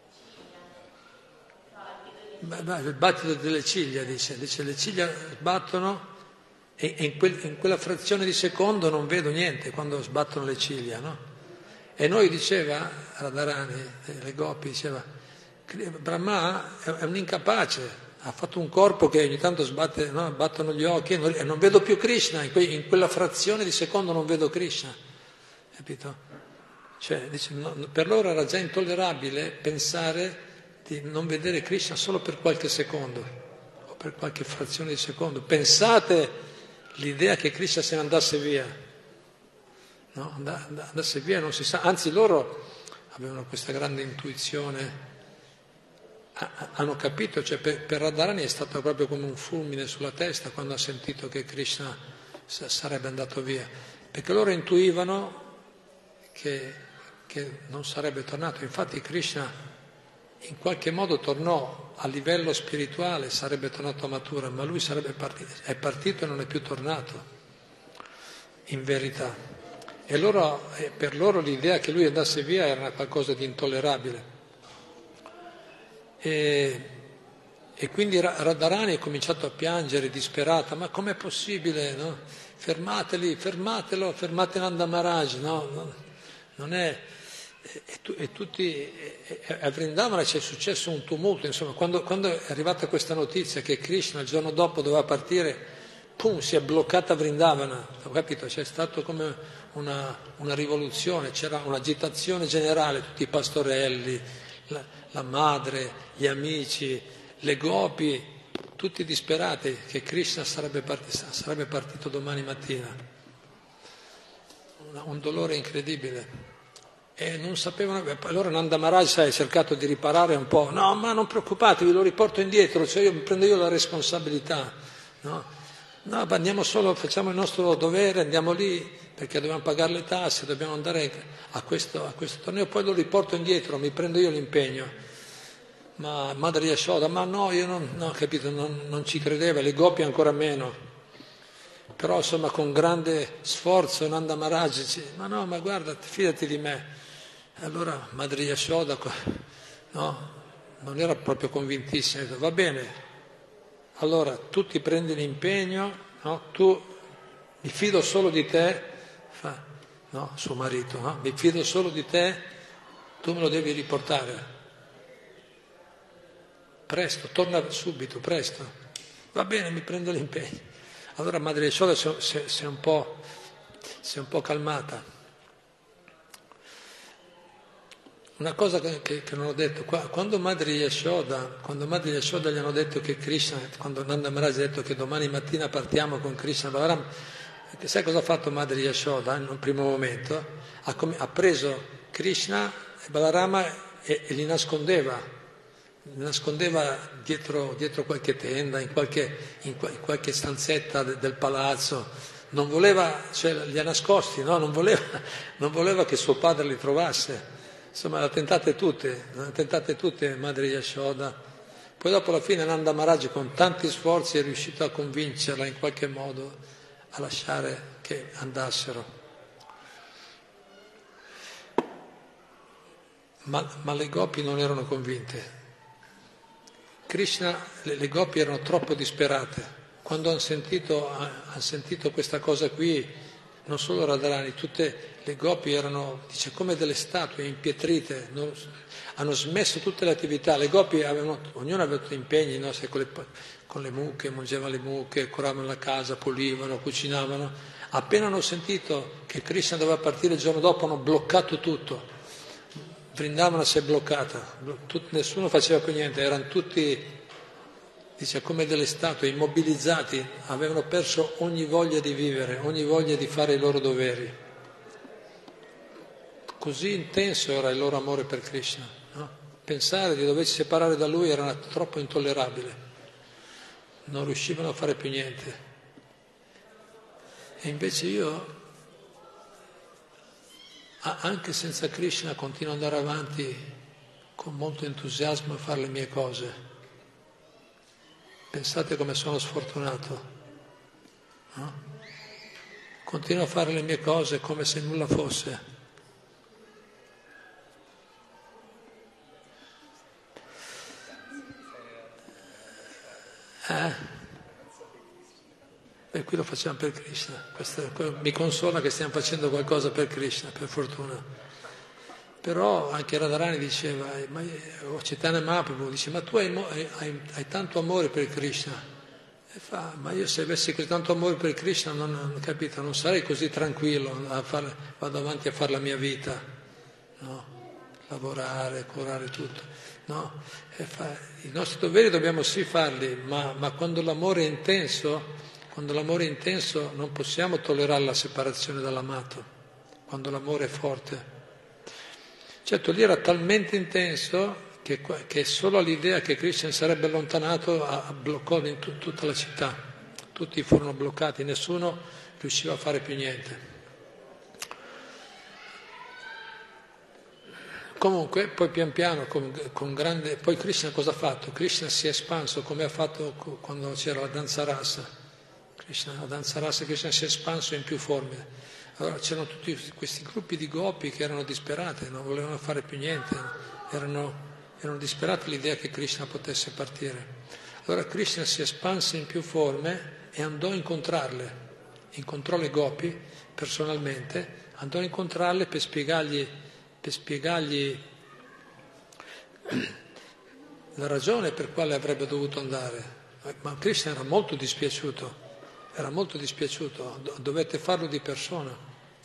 Il battito delle ciglia, dice, dice le ciglia sbattono e in, quel, in quella frazione di secondo non vedo niente quando sbattono le ciglia, no? E noi, diceva Radharani, le gopi, diceva Brahma è un incapace, ha fatto un corpo che ogni tanto sbatte, no? Battono gli occhi e non, e non vedo più Krishna, in, que, in quella frazione di secondo non vedo Krishna, capito? Cioè, dice, no, per loro era già intollerabile pensare di non vedere Krishna solo per qualche secondo o per qualche frazione di secondo. Pensate l'idea che Krishna se ne andasse via, no? Andasse via non si sa, anzi loro avevano questa grande intuizione. Hanno capito, cioè per, per Radharani è stato proprio come un fulmine sulla testa quando ha sentito che Krishna sarebbe andato via, perché loro intuivano che, che non sarebbe tornato. Infatti Krishna in qualche modo tornò a livello spirituale, sarebbe tornato a Mathura, ma lui sarebbe partito, è partito e non è più tornato, in verità. E loro, per loro l'idea che lui andasse via era qualcosa di intollerabile. E, e quindi Radharani ha cominciato a piangere disperata, ma com'è possibile, no? Fermateli, fermatelo, fermate Nanda Maharaj, no? no non è, e, e tutti, e, a Vrindavana c'è successo un tumulto, insomma, quando, quando è arrivata questa notizia che Krishna il giorno dopo doveva partire, pum, si è bloccata Vrindavana, ho capito? C'è stato come una, una rivoluzione, c'era un'agitazione generale, tutti i pastorelli, la, la madre, gli amici, le gopi, tutti disperati che Krishna sarebbe partito, sarebbe partito domani mattina. Un dolore incredibile. E non sapevano, allora Nanda Maharaj ha cercato di riparare un po', no ma non preoccupatevi, lo riporto indietro, cioè io prendo io la responsabilità, no? No, andiamo solo, facciamo il nostro dovere, andiamo lì perché dobbiamo pagare le tasse, dobbiamo andare a questo, a questo torneo, poi lo riporto indietro, mi prendo io l'impegno. Ma Madre Yashoda, ma no, io non, no, capito, non, non ci credeva, le gopi ancora meno. Però insomma con grande sforzo Nanda Maharaj dice, ma no, ma guarda, fidati di me. Allora Madre Yashoda, no, non era proprio convintissima, ha detto, va bene, allora tu ti prendi l'impegno, no, tu mi fido solo di te, fa, no, suo marito, no, mi fido solo di te, tu me lo devi riportare. Presto, torna subito, presto. Va bene, mi prendo l'impegno. Allora Madre Yashoda si, si, si, è un po', si è un po' calmata. una cosa che, che, che non ho detto, qua, quando Madre Yashoda, quando Madre Yashoda gli hanno detto che Krishna, quando Nanda Maharaj ha detto che domani mattina partiamo con Krishna Balaram, sai cosa ha fatto Madre Yashoda in un primo momento? Ha, com- ha preso Krishna e Balarama e, e li nascondeva, li nascondeva dietro, dietro qualche tenda, in qualche, in, in qualche stanzetta de, del palazzo. Non voleva, cioè li ha nascosti, no? non, voleva, non voleva che suo padre li trovasse. Insomma, le ha tentate tutte, le ha tentate tutte Madre Yashoda. Poi dopo alla fine Nanda Maharaj con tanti sforzi è riuscito a convincerla in qualche modo a lasciare che andassero. Ma, ma le gopi non erano convinte. Krishna, le, le gopi erano troppo disperate. Quando hanno sentito, hanno sentito questa cosa qui, non solo Radharani, tutte le gopi erano, dice, come delle statue impietrite, non, hanno smesso tutte le attività. Le gopi avevano, ognuno aveva impegni, no? Se con, le, con le mucche, mangiavano le mucche, curavano la casa, pulivano, cucinavano. Appena hanno sentito che Krishna doveva partire il giorno dopo, hanno bloccato tutto. Vrindavana si è bloccata, Tut, nessuno faceva più niente, erano tutti, dice, come delle statue, immobilizzati, avevano perso ogni voglia di vivere, ogni voglia di fare i loro doveri. Così intenso era il loro amore per Krishna, no? Pensare di doversi separare da lui era troppo intollerabile, non riuscivano a fare più niente. E invece io, anche senza Krishna, continuo ad andare avanti con molto entusiasmo a fare le mie cose. Pensate come sono sfortunato, no? Continuo a fare le mie cose come se nulla fosse. Eh? E qui lo facciamo per Krishna. Questo, mi consola che stiamo facendo qualcosa per Krishna, per fortuna. Però anche Radharani diceva, ma, o Chaitanya Mahaprabhu dice, ma tu hai, hai, hai tanto amore per Krishna. E fa, ma io se avessi così tanto amore per Krishna, non, non, capito, non sarei così tranquillo, a far, vado avanti a fare la mia vita, no? Lavorare, curare tutto. No? E fa, i nostri doveri dobbiamo sì farli, ma, ma quando l'amore è intenso, quando l'amore è intenso non possiamo tollerare la separazione dall'amato, quando l'amore è forte. Certo, lì era talmente intenso che, che solo l'idea che Krishna sarebbe allontanato a, a bloccò in t- tutta la città. Tutti furono bloccati, nessuno riusciva a fare più niente. Comunque, poi pian piano, con, con grande... Poi Krishna cosa ha fatto? Krishna si è espanso come ha fatto quando c'era la danza rasa. Krishna, la danza rasa, Krishna si è espanso in più forme. Allora c'erano tutti questi gruppi di gopi che erano disperate, non volevano fare più niente, erano, erano disperati all'idea che Krishna potesse partire. Allora Krishna si espanse in più forme e andò a incontrarle, incontrò le gopi personalmente, andò a incontrarle per spiegargli, per spiegargli la ragione per quale avrebbe dovuto andare. Ma Krishna era molto dispiaciuto. Era molto dispiaciuto, dovette farlo di persona.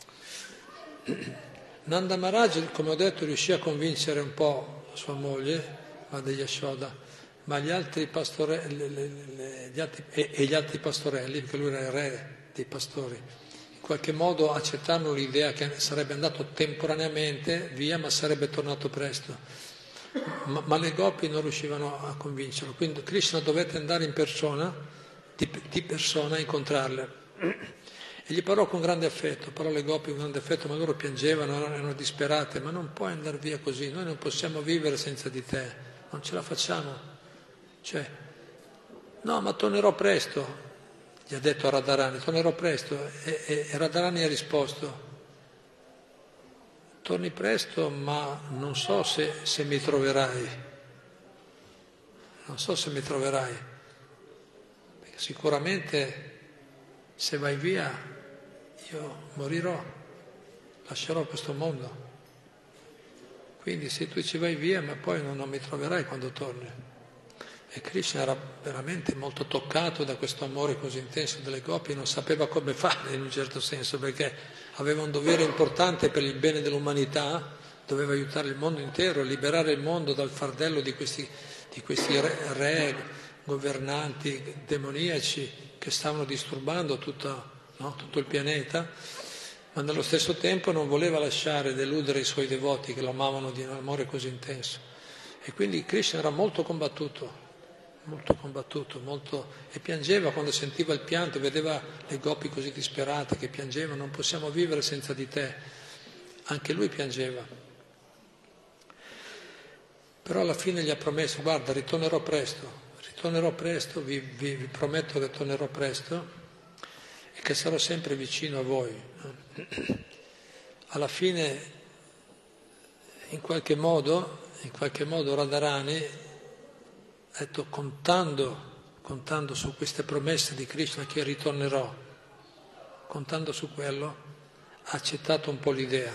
Nanda Maharaj, come ho detto, riuscì a convincere un po' sua moglie, Madre Yashoda, ma gli altri pastorelli, le, le, le, gli altri, e, e gli altri pastorelli, perché lui era il re dei pastori, in qualche modo accettarono l'idea che sarebbe andato temporaneamente via, ma sarebbe tornato presto. Ma, ma le gopi non riuscivano a convincerlo, quindi Krishna dovette andare in persona, Di, di persona a incontrarle e gli parlò con grande affetto, parlò alle gopi con grande affetto, ma loro piangevano, erano disperate, ma non puoi andare via così, noi non possiamo vivere senza di te, non ce la facciamo, cioè, no, ma tornerò presto, gli ha detto a Radharani, tornerò presto, e, e, e Radharani ha risposto, torni presto, ma non so se, se mi troverai, non so se mi troverai. Sicuramente se vai via io morirò, lascerò questo mondo. Quindi se tu ci vai via, ma poi non, non mi troverai quando torni. E Krishna era veramente molto toccato da questo amore così intenso delle gopi, non sapeva come fare in un certo senso, perché aveva un dovere importante per il bene dell'umanità, doveva aiutare il mondo intero, liberare il mondo dal fardello di questi, di questi re, re, governanti demoniaci che stavano disturbando tutta, no, tutto il pianeta, ma nello stesso tempo non voleva lasciare deludere i suoi devoti che lo amavano di un amore così intenso. E quindi Krishna era molto combattuto, molto combattuto, molto, e piangeva quando sentiva il pianto, vedeva le gopi così disperate che piangevano, non possiamo vivere senza di te. Anche lui piangeva. Però alla fine gli ha promesso, guarda, ritornerò presto, ritornerò presto, vi, vi, vi prometto che tornerò presto e che sarò sempre vicino a voi. Alla fine, in qualche modo, in qualche modo Radharani, ha detto, contando, contando su queste promesse di Krishna che ritornerò, contando su quello, ha accettato un po' l'idea.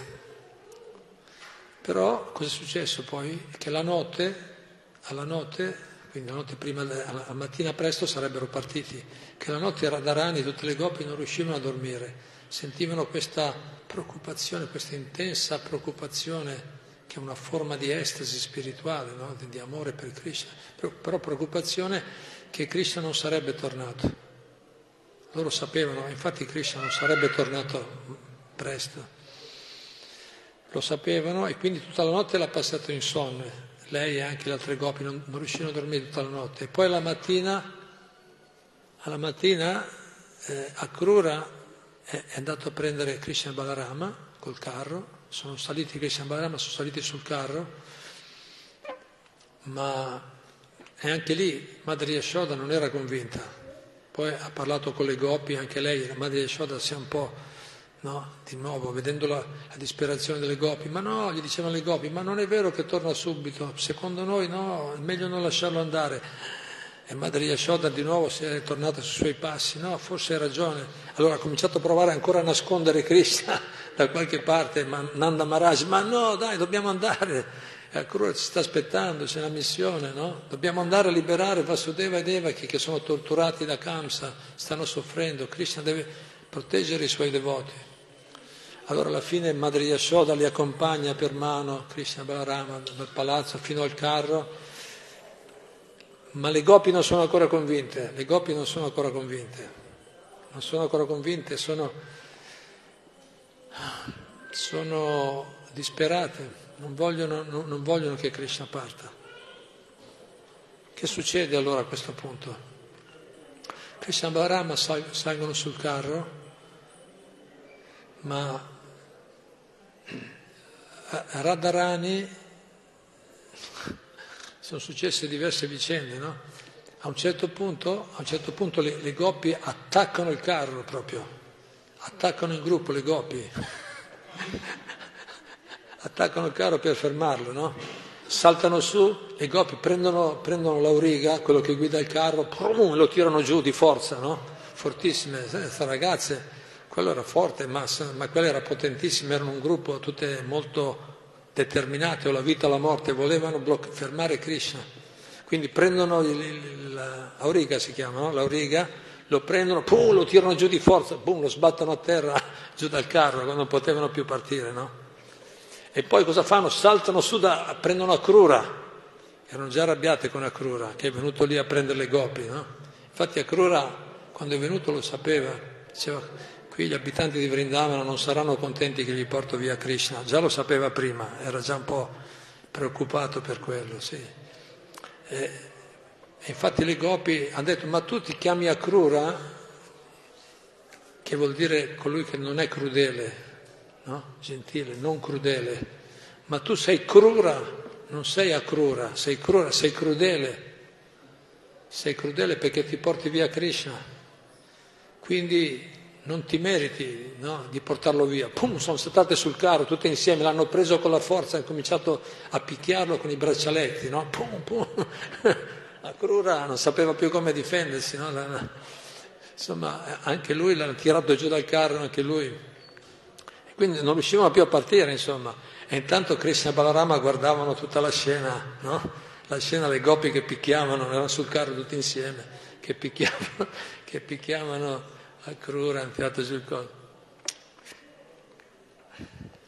Però cosa è successo poi? Che la notte, alla notte, quindi la notte prima, alla mattina presto sarebbero partiti, che la notte Radharani, tutte le gopi non riuscivano a dormire, sentivano questa preoccupazione, questa intensa preoccupazione, che è una forma di estasi spirituale, no? di, di amore per Krishna, però preoccupazione che Krishna non sarebbe tornato. Loro sapevano, infatti Krishna non sarebbe tornato presto, lo sapevano e quindi tutta la notte l'ha passato insonne, lei e anche le altre gopi non, non riuscivano a dormire tutta la notte. E poi alla mattina, alla mattina eh, Akrura è, è andato a prendere Krishna e Balarama col carro, sono saliti Krishna e Balarama, sono saliti sul carro, ma e anche lì Madre Yashoda non era convinta. Poi ha parlato con le gopi, anche lei, la Madre Yashoda si è un po', no, di nuovo, vedendo la, la disperazione delle gopi, ma no, gli dicevano le gopi, ma non è vero che torna subito, secondo noi no, è meglio non lasciarlo andare. E Madre Yashoda di nuovo si è tornata sui suoi passi, no, forse hai ragione. Allora ha cominciato a provare ancora a nascondere Krishna da qualche parte, ma Nanda Maharaj, ma no, dai, dobbiamo andare, e Akrura ci sta aspettando, c'è una missione, no? Dobbiamo andare a liberare Vasudeva e Devaki che sono torturati da Kamsa, stanno soffrendo, Krishna deve proteggere i suoi devoti. Allora alla fine Madre Yashoda li accompagna per mano, Krishna e Balarama, dal palazzo fino al carro, ma le gopi non sono ancora convinte, le gopi non sono ancora convinte, non sono ancora convinte, sono, sono disperate, non vogliono, non, non vogliono che Krishna parta. Che succede allora a questo punto? Krishna e Balarama sal, salgono sul carro, ma a Radharani sono successe diverse vicende, no? A un certo punto, a un certo punto le, le gopi attaccano il carro proprio, attaccano in gruppo le gopi, attaccano il carro per fermarlo, no? Saltano su, le gopi prendono, prendono l'auriga, quello che guida il carro, prum, lo tirano giù di forza, no? Fortissime, queste ragazze, quello era forte, ma, ma quelle era potentissime, erano un gruppo tutte molto determinate, o la vita o la morte, volevano bloc- fermare Krishna. Quindi prendono il, il, l'auriga, si chiama, no? L'auriga, lo prendono, pum, lo tirano giù di forza, pum, lo sbattono a terra, giù dal carro, quando non potevano più partire, no? E poi cosa fanno? Saltano su, da, prendono Akrura, erano già arrabbiate con Akrura, che è venuto lì a prendere le gopi, no? Infatti Akrura, quando è venuto, lo sapeva, diceva, qui gli abitanti di Vrindavana non saranno contenti che gli porto via Krishna, già lo sapeva prima, era già un po' preoccupato per quello, sì. E, e infatti le gopi hanno detto, ma tu ti chiami Akrura, che vuol dire colui che non è crudele, no? Gentile, non crudele, ma tu sei Krura, non sei Akrura, sei Krura, sei crudele, sei crudele perché ti porti via Krishna, quindi non ti meriti, no, di portarlo via. Pum, sono saltate sul carro tutte insieme, l'hanno preso con la forza, hanno cominciato a picchiarlo con i braccialetti, no? Pum, pum. Akrura non sapeva più come difendersi, no? La, la, insomma, anche lui l'hanno tirato giù dal carro, anche lui. E quindi non riuscivano più a partire, insomma. E intanto Krishna e Balarama guardavano tutta la scena, no? La scena, le gopi che picchiavano, erano sul carro tutti insieme, che picchiavano, che picchiavano Akrura, hanno tirato giù il collo.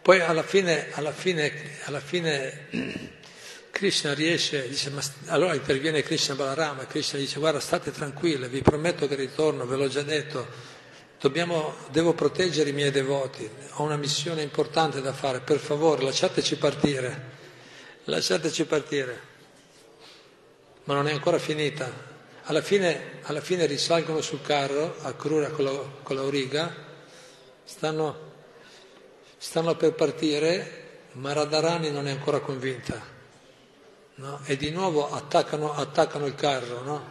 poi alla fine, alla fine, alla fine Krishna riesce, dice, ma allora interviene Krishna Balarama, Krishna dice guarda state tranquille, vi prometto che ritorno, ve l'ho già detto, dobbiamo, devo proteggere i miei devoti, ho una missione importante da fare, per favore lasciateci partire, lasciateci partire. Ma non è ancora finita. Alla fine, alla fine risalgono sul carro, a Krura con la, con l'auriga, stanno, stanno per partire, ma Radharani non è ancora convinta, no? E di nuovo attaccano, attaccano il carro, no?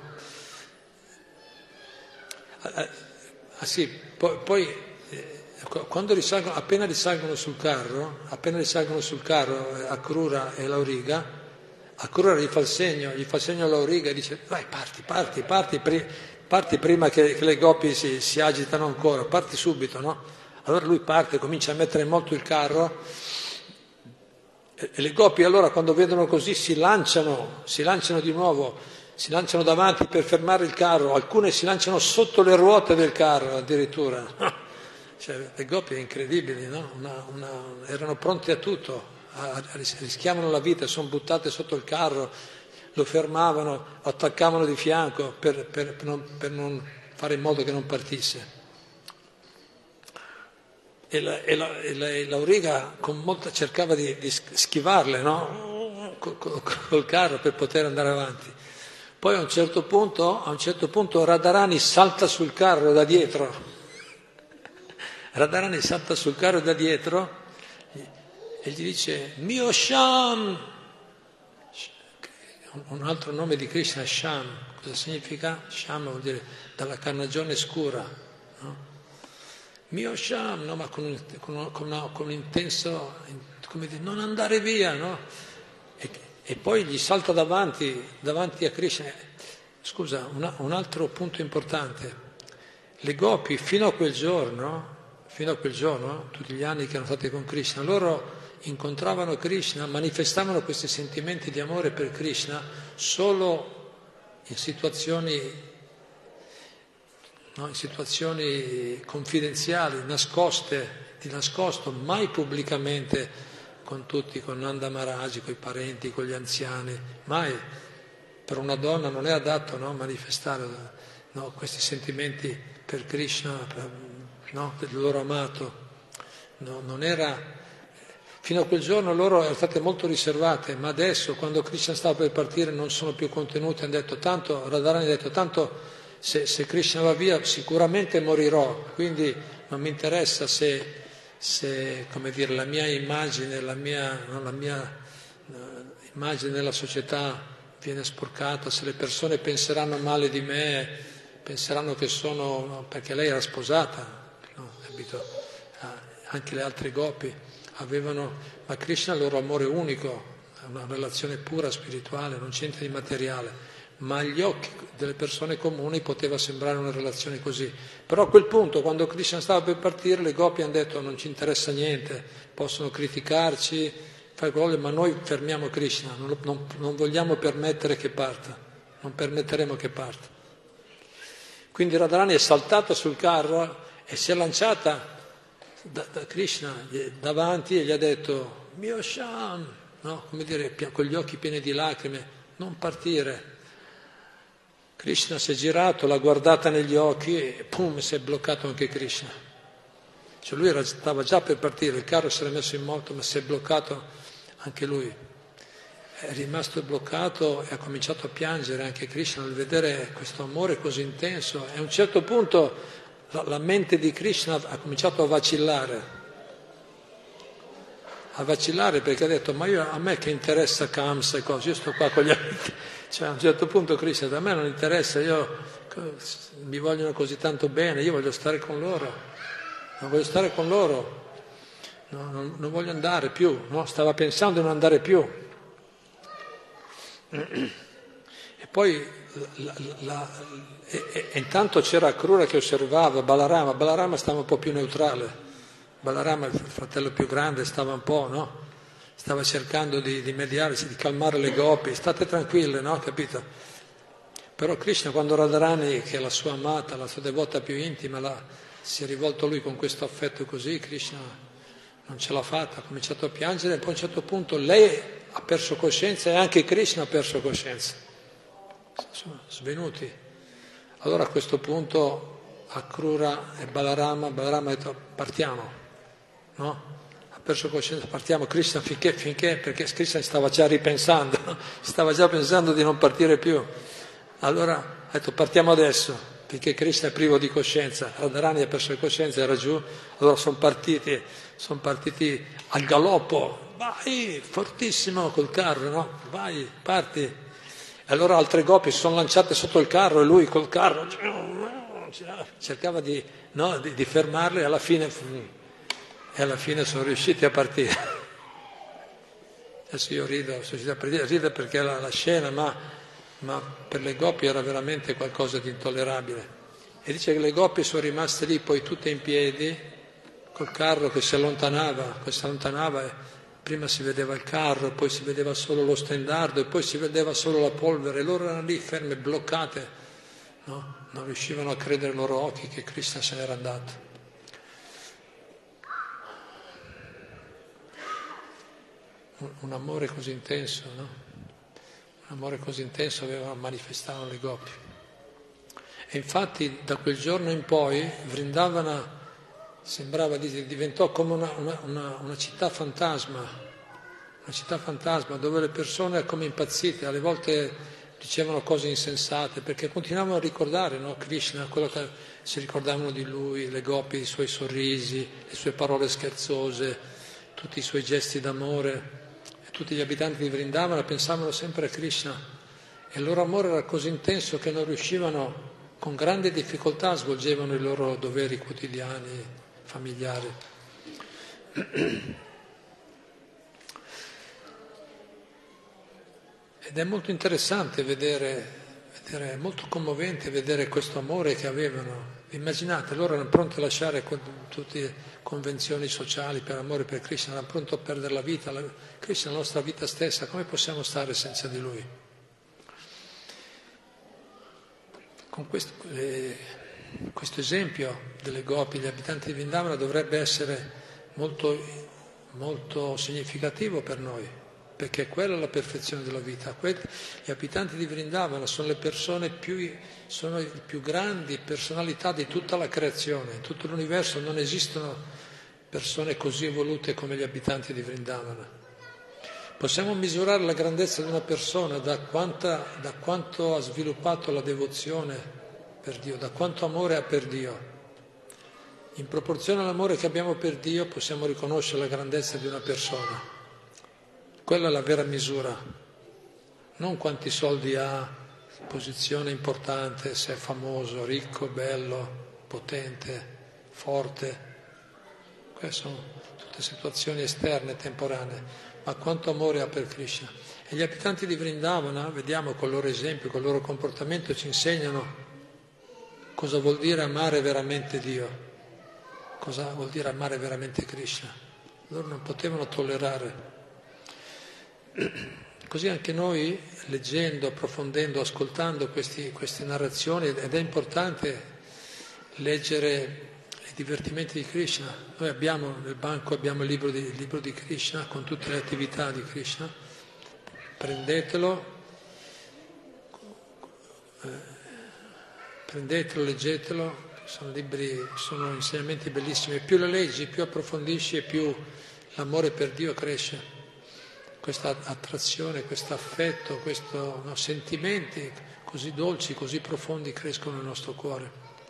Ah, ah sì, poi, poi eh, quando risalgono, appena risalgono sul carro, appena risalgono sul carro eh, a Krura e l'auriga, a Krura gli fa il segno, gli fa il segno all'auriga e dice vai parti, parti, parti, pri- parti prima che, che le gopi si, si agitano ancora, parti subito, no? Allora lui parte, comincia a mettere in moto il carro e, e le gopi allora quando vedono così si lanciano, si lanciano di nuovo, si lanciano davanti per fermare il carro, alcune si lanciano sotto le ruote del carro addirittura. Cioè, le gopi incredibili, no? Una, una, erano pronte a tutto. Rischiavano la vita, sono buttate sotto il carro, lo fermavano, attaccavano di fianco per, per, per, non, per non fare in modo che non partisse. E, la, e, la, e, la, e l'auriga con molta, cercava di, di schivarle, no? Col, col, col carro per poter andare avanti. Poi a un certo punto, a un certo punto Radharani salta sul carro da dietro. Radharani salta sul carro da dietro e gli dice mio Sham, un altro nome di Krishna, Sham, cosa significa? Sham vuol dire dalla carnagione scura, no? Mio Sham, no, ma con un, con, con, una, con un intenso, come dire, non andare via, no? E, e poi gli salta davanti, davanti a Krishna. Scusa, una, un altro punto importante, le gopi fino a quel giorno, fino a quel giorno, tutti gli anni che erano stati con Krishna, loro incontravano Krishna, manifestavano questi sentimenti di amore per Krishna solo in situazioni, no, in situazioni confidenziali, nascoste, di nascosto, mai pubblicamente con tutti, con Nanda Maharaj, con i parenti, con gli anziani, mai. Per una donna non è adatto, no, manifestare, no, questi sentimenti per Krishna, per, no, per il loro amato. No, non era... Fino a quel giorno loro erano state molto riservate, ma adesso, quando Krishna stava per partire, non sono più contenute. Hanno detto tanto, Radharani ha detto tanto, se, se Krishna va via sicuramente morirò, quindi non mi interessa se, se come dire, la mia immagine, la mia, no, la mia uh, immagine nella società viene sporcata, se le persone penseranno male di me, penseranno che sono, no, perché lei era sposata, no, capito? Ah, anche le altre gopi avevano, ma Krishna è il loro amore unico, è una relazione pura spirituale, non c'entra di materiale, ma agli occhi delle persone comuni poteva sembrare una relazione così. Però a quel punto, quando Krishna stava per partire, le gopi hanno detto non ci interessa niente, possono criticarci, fare quello, ma noi fermiamo Krishna, non, non, non vogliamo permettere che parta, non permetteremo che parta. Quindi Radharani è saltata sul carro e si è lanciata Da, da Krishna davanti e gli ha detto mio Sham, no? Come dire, con gli occhi pieni di lacrime, non partire. Krishna si è girato, l'ha guardata negli occhi e pum, si è bloccato anche Krishna. Cioè lui era, stava già per partire, il carro si era messo in moto, ma si è bloccato anche lui. È rimasto bloccato e ha cominciato a piangere anche Krishna nel vedere questo amore così intenso. E a un certo punto la mente di Krishna ha cominciato a vacillare, a vacillare perché ha detto ma io, a me che interessa Kamsa e cose, io sto qua con gli amici, cioè a un certo punto Krishna a me non interessa, io, mi vogliono così tanto bene, io voglio stare con loro, non voglio stare con loro, no, non, non voglio andare più, no? Stava pensando di non andare più. E poi la, la, e, e, e intanto c'era Krura che osservava Balarama, Balarama stava un po' più neutrale, Balarama, il fratello più grande, stava un po', no? Stava cercando di, di mediare, di calmare le gopi, state tranquille, no? Capito? Però Krishna, quando Radharani, che è la sua amata, la sua devota più intima, la, si è rivolto a lui con questo affetto così, Krishna non ce l'ha fatta, ha cominciato a piangere e poi a un certo punto lei ha perso coscienza e anche Krishna ha perso coscienza. Sono svenuti. Allora a questo punto Akrura e Balarama, Balarama ha detto partiamo, no? Ha perso coscienza, partiamo, Krishna finché, finché, perché Krishna stava già ripensando, stava già pensando di non partire più. Allora ha detto partiamo adesso, perché Krishna è privo di coscienza, Radharani ha perso la coscienza, era giù, allora sono partiti, sono partiti al galoppo, vai, fortissimo col carro, no? Vai, parti. E allora altre gopi si sono lanciate sotto il carro e lui col carro cercava di, no, di, di fermarli e alla fine, e alla fine sono riusciti a partire. Adesso io rido, sono riusciti a partire, rido perché la, la scena, ma, ma per le gopi era veramente qualcosa di intollerabile. E dice che le gopi sono rimaste lì poi tutte in piedi, col carro che si allontanava, che si allontanava e prima si vedeva il carro, poi si vedeva solo lo stendardo e poi si vedeva solo la polvere, e loro erano lì ferme, bloccate, no? Non riuscivano a credere ai loro occhi che Krishna se n'era andato. Un, un amore così intenso, no? Un amore così intenso avevano, manifestavano le gopi. E infatti da quel giorno in poi Vrindavana sembrava, diventò come una, una, una, una città fantasma, una città fantasma dove le persone come impazzite, alle volte dicevano cose insensate, perché continuavano a ricordare, no, Krishna, quello che si ricordavano di lui, le gopi, i suoi sorrisi, le sue parole scherzose, tutti i suoi gesti d'amore, e tutti gli abitanti di Vrindavana pensavano sempre a Krishna, e il loro amore era così intenso che non riuscivano, con grande difficoltà svolgevano i loro doveri quotidiani, familiari. Ed è molto interessante vedere, vedere, è molto commovente vedere questo amore che avevano. Immaginate, loro erano pronti a lasciare tutte le convenzioni sociali per amore per Krishna, erano pronti a perdere la vita, la, Krishna è la nostra vita stessa, come possiamo stare senza di lui? Con questo, eh, questo esempio delle gopi, gli abitanti di Vrindavana dovrebbe essere molto, molto significativo per noi, perché quella è la perfezione della vita. Gli abitanti di Vrindavana sono le persone più, sono le più grandi personalità di tutta la creazione, in tutto l'universo non esistono persone così evolute come gli abitanti di Vrindavana. Possiamo misurare la grandezza di una persona da, quanta, da quanto ha sviluppato la devozione per Dio, da quanto amore ha per Dio. In proporzione all'amore che abbiamo per Dio possiamo riconoscere la grandezza di una persona. Quella è la vera misura, non quanti soldi ha, posizione importante, se è famoso, ricco, bello, potente, forte. Queste sono tutte situazioni esterne, temporanee, ma quanto amore ha per Krishna. E gli abitanti di Vrindavana, vediamo col loro esempio, col loro comportamento, ci insegnano cosa vuol dire amare veramente Dio, cosa vuol dire amare veramente Krishna. Loro non potevano tollerare. Così anche noi, leggendo, approfondendo, ascoltando questi, queste narrazioni, ed è importante leggere i divertimenti di Krishna. Noi abbiamo nel banco abbiamo il libro di, il libro di Krishna con tutte le attività di Krishna. Prendetelo, eh, prendetelo, leggetelo, sono libri, sono insegnamenti bellissimi. Più lo leggi, più approfondisci e più l'amore per Dio cresce. Questa attrazione, questo affetto, questi no, sentimenti così dolci, così profondi crescono nel nostro cuore.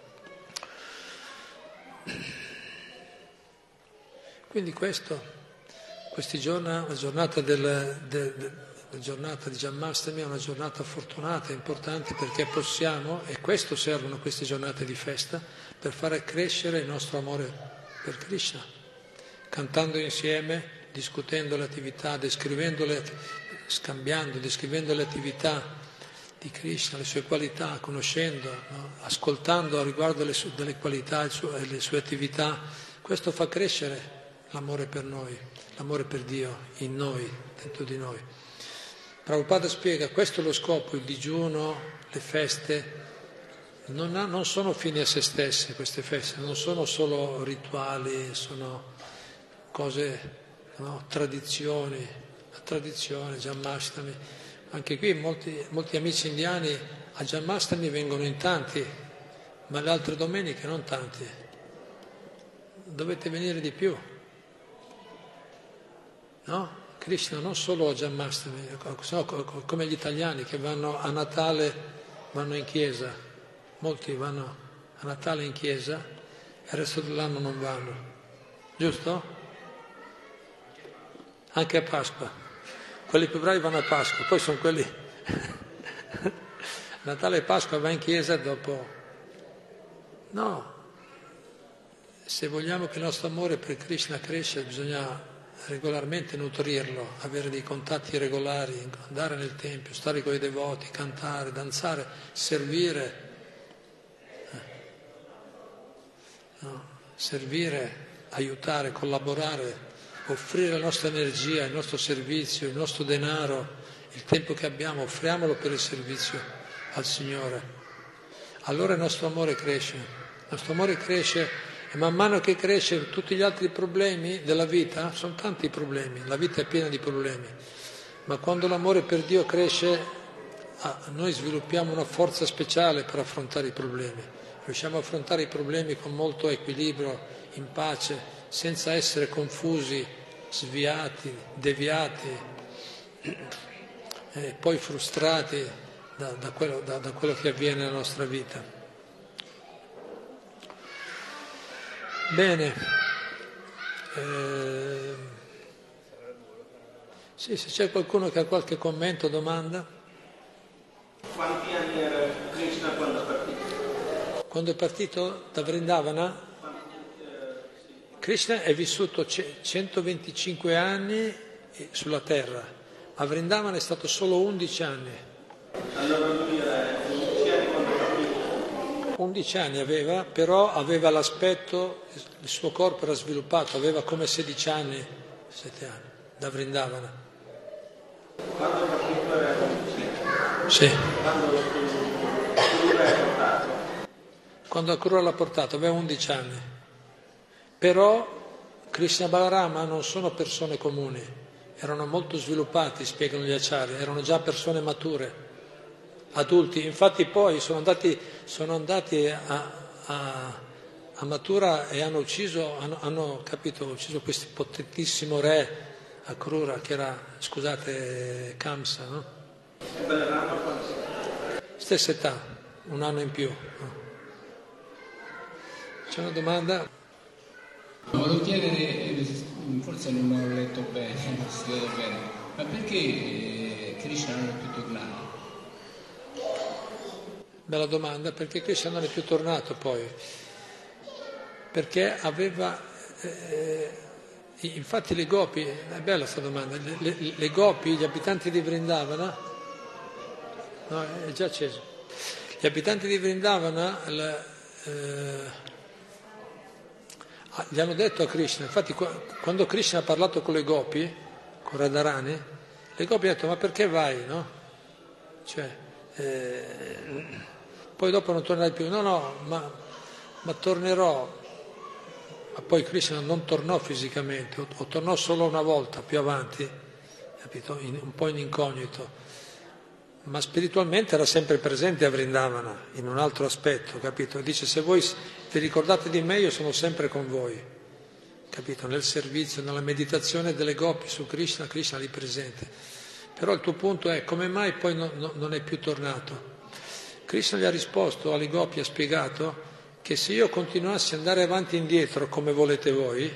Quindi questo, questi giorni, la giornata, del, del, del, la giornata di Janmashtami è una giornata fortunata, importante, perché possiamo, e questo servono queste giornate di festa, per fare crescere il nostro amore per Krishna, cantando insieme, discutendo le attività, descrivendole, scambiando, descrivendo le attività di Krishna, le sue qualità, conoscendo, no? Ascoltando a riguardo delle, sue, delle qualità e le sue attività. Questo fa crescere l'amore per noi, l'amore per Dio in noi, dentro di noi. Prabhupada spiega, questo è lo scopo, il digiuno, le feste, non, ha, non sono fini a se stesse queste feste, non sono solo rituali, sono cose, no? Tradizioni, la tradizione, Janmashtami. Anche qui molti, molti amici indiani a Janmashtami vengono in tanti, ma le altre domeniche non tanti. Dovete venire di più, no? Krishna non solo a Janmashtami, come gli italiani che vanno a Natale, vanno in chiesa, molti vanno a Natale in chiesa e il resto dell'anno non vanno, giusto? Anche a Pasqua, quelli più bravi vanno a Pasqua, poi sono quelli Natale e Pasqua va in chiesa dopo. No, se vogliamo che il nostro amore per Krishna cresca bisogna regolarmente nutrirlo, avere dei contatti regolari, andare nel tempio, stare con i devoti, cantare, danzare, servire, no? Servire, aiutare, collaborare, offrire la nostra energia, il nostro servizio, il nostro denaro, il tempo che abbiamo, offriamolo per il servizio al Signore. Allora il nostro amore cresce, il nostro amore cresce. E man mano che cresce tutti gli altri problemi della vita, sono tanti i problemi, la vita è piena di problemi, ma quando l'amore per Dio cresce, ah, noi sviluppiamo una forza speciale per affrontare i problemi, riusciamo a affrontare i problemi con molto equilibrio, in pace, senza essere confusi, sviati, deviati, e poi frustrati da, da, quello, da, da quello che avviene nella nostra vita. Bene, eh, sì, se c'è qualcuno che ha qualche commento o domanda. Quanti anni era Krishna quando è partito? Quando è partito da Vrindavana? Krishna è vissuto centoventicinque anni sulla terra, a Vrindavana è stato solo undici anni. Allora lui era undici anni quando è partito? undici anni aveva, però aveva l'aspetto, il suo corpo era sviluppato, aveva come sedici anni, sette anni, da Vrindavana. Quando è partito era undici anni? Sì. Quando Akrura è portato? Quando Akrura l'ha portato aveva undici anni. Però Krishna e Balarama non sono persone comuni, erano molto sviluppati, spiegano gli acharya, erano già persone mature, adulti, infatti poi sono andati, sono andati a, a, a Mathura e hanno ucciso, hanno, hanno capito, ucciso questo potentissimo re Akrura, che era, scusate, Kamsa, no? E Balarama quando si è? Stessa età, un anno in più. C'è una domanda? Volevo chiedere, forse non ho letto bene, non ho studiato bene, ma perché Krishna non è più tornato? Bella domanda, perché Krishna non è più tornato poi? Perché aveva, eh, infatti le gopi, è bella questa domanda, le, le, le gopi, gli abitanti di Vrindavana, no, è già acceso, gli abitanti di Vrindavana la, eh, gli hanno detto a Krishna, infatti quando Krishna ha parlato con le gopi, con Radharani, le gopi hanno detto ma perché vai, no? Cioè, eh, poi dopo non tornerai più, no no, ma, ma tornerò, ma poi Krishna non tornò fisicamente, o, o tornò solo una volta più avanti, capito? In, un po' in incognito, ma spiritualmente era sempre presente a Vrindavana, in un altro aspetto, capito? Dice se voi vi ricordate di me io sono sempre con voi, capito? Nel servizio, nella meditazione delle gopi su Krishna, Krishna lì presente. Però il tuo punto è come mai poi no, no, non è più tornato? Krishna gli ha risposto, alle gopi ha spiegato che se io continuassi ad andare avanti e indietro come volete voi,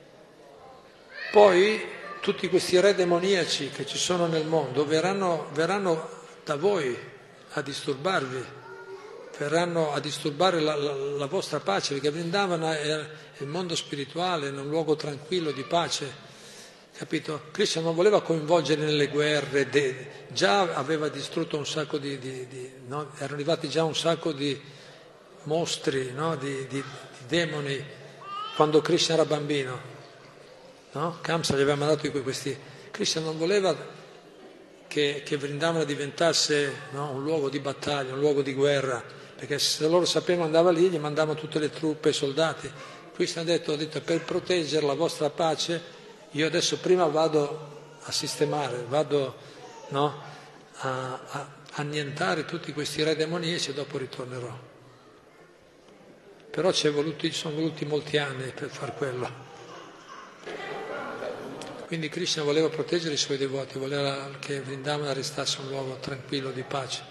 poi tutti questi re demoniaci che ci sono nel mondo verranno, verranno da voi a disturbarvi, verranno a disturbare la, la, la vostra pace, perché Vrindavana è il mondo spirituale, è un luogo tranquillo di pace. Capito? Krishna non voleva coinvolgere nelle guerre, de, già aveva distrutto un sacco di, di, di no? erano arrivati già un sacco di mostri, no? di, di, di demoni quando Krishna era bambino, no? Kamsa gli aveva mandato questi. Krishna non voleva che, che Vrindavana diventasse, no? un luogo di battaglia, un luogo di guerra, perché se loro sapevano andava lì gli mandavano tutte le truppe, i soldati. Krishna ha detto, ha detto per proteggere la vostra pace io adesso prima vado a sistemare, vado no, a, a annientare tutti questi re demoniaci e dopo ritornerò. Però ci sono voluti molti anni per far quello. Quindi Krishna voleva proteggere i suoi devoti, voleva che Vrindavana restasse un luogo tranquillo di pace.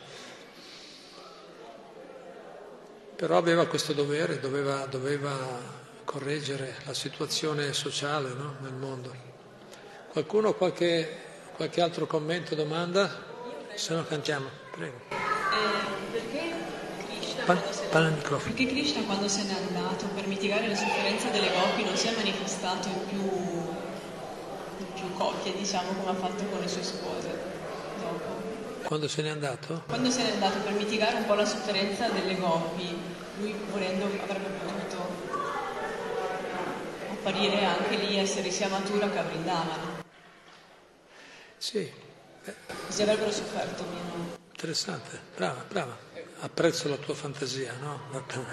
Però aveva questo dovere, doveva, doveva correggere la situazione sociale, no, nel mondo. Qualcuno, qualche, qualche altro commento, domanda? Se no cantiamo, prego. Eh, perché, Krishna, Pa- quando se parla al microfono. perché Krishna quando se n'è andato per mitigare le sofferenze delle gopi non si è manifestato in più, in più coppie, diciamo, come ha fatto con le sue spose dopo? Quando se n'è andato? Quando se n'è andato per mitigare un po' la sofferenza delle gopi, lui volendo avrebbe potuto apparire anche lì, essere sia matura che a Vrindavana. Sì. Si avrebbero sofferto meno. Interessante, brava, brava. Apprezzo la tua fantasia, no?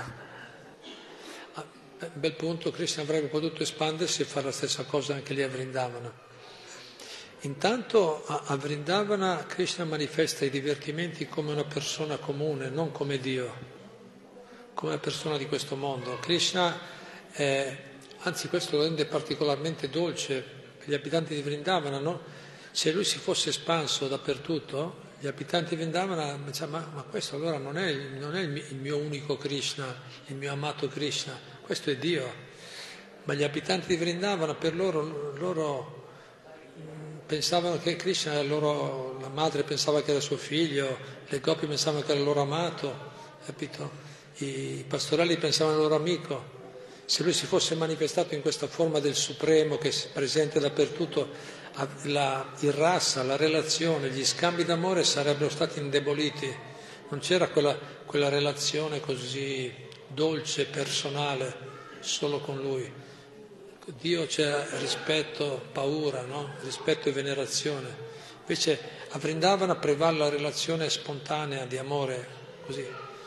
Ah, bel punto, Krishna avrebbe potuto espandersi e fare la stessa cosa anche lì a Vrindavana. Intanto a, a Vrindavana Krishna manifesta i divertimenti come una persona comune, non come Dio, come una persona di questo mondo. Krishna, eh, anzi questo lo rende particolarmente dolce per gli abitanti di Vrindavana, no? Se lui si fosse espanso dappertutto, gli abitanti di Vrindavana dicevano, ma, ma questo allora non è, non è il, mio, il mio unico Krishna, il mio amato Krishna, questo è Dio. Ma gli abitanti di Vrindavana, per loro, loro pensavano che Krishna era loro, la madre pensava che era suo figlio, le gopi pensavano che era il loro amato, capito? I pastorelli pensavano al loro amico. Se lui si fosse manifestato in questa forma del Supremo che è presente dappertutto, la, il rasa, la relazione, gli scambi d'amore sarebbero stati indeboliti. Non c'era quella, quella relazione così dolce, personale, solo con lui. Dio c'è rispetto, paura, no? Rispetto e venerazione. Invece a Vrindavana prevale la relazione spontanea di amore, così.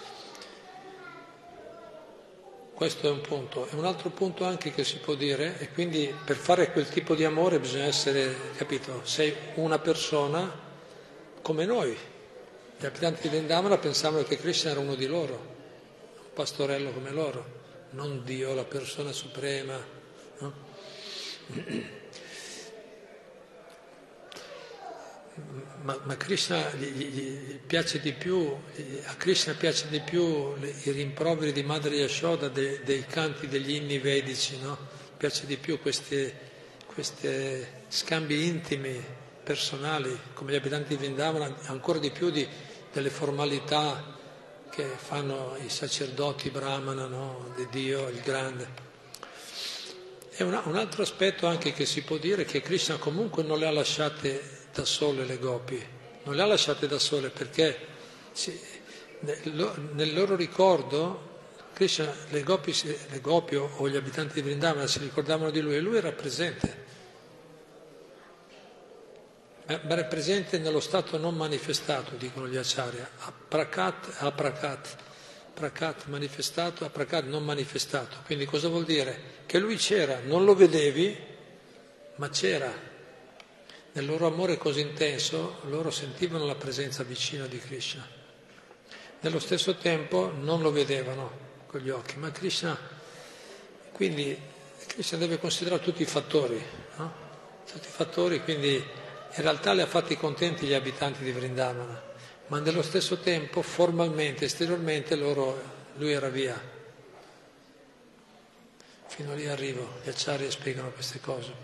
Questo è un punto. E un altro punto anche che si può dire, e quindi per fare quel tipo di amore bisogna essere, capito, sei una persona come noi. Gli abitanti di Vrindavana pensavano che Krishna era uno di loro, un pastorello come loro, non Dio, la persona suprema, no? Ma, ma Krishna gli, gli piace di più, a Krishna piace di più i rimproveri di Madre Yashoda dei, dei canti degli inni vedici, no? Piace di più questi scambi intimi, personali, come gli abitanti di Vrindavana, ancora di più di, delle formalità che fanno i sacerdoti brahmana, no? Di Dio, il grande. E un, un altro aspetto anche che si può dire è che Krishna comunque non le ha lasciate da sole le gopi, non le ha lasciate da sole perché si, nel loro ricordo Krishna, le gopi, le gopi o, o gli abitanti di Vrindavana si ricordavano di lui e lui era presente, ma era presente nello stato non manifestato, dicono gli acharya, aprakat, aprakat, prakat manifestato, aprakat non manifestato. Quindi cosa vuol dire? Che lui c'era, non lo vedevi, ma c'era. Nel loro amore così intenso, loro sentivano la presenza vicina di Krishna. Nello stesso tempo non lo vedevano con gli occhi, ma Krishna, quindi Krishna deve considerare tutti i fattori, no? Tutti i fattori, quindi in realtà li ha fatti contenti gli abitanti di Vrindavana, ma nello stesso tempo, formalmente, esteriormente, loro, lui era via. Fino lì arrivo, gli acharya spiegano queste cose.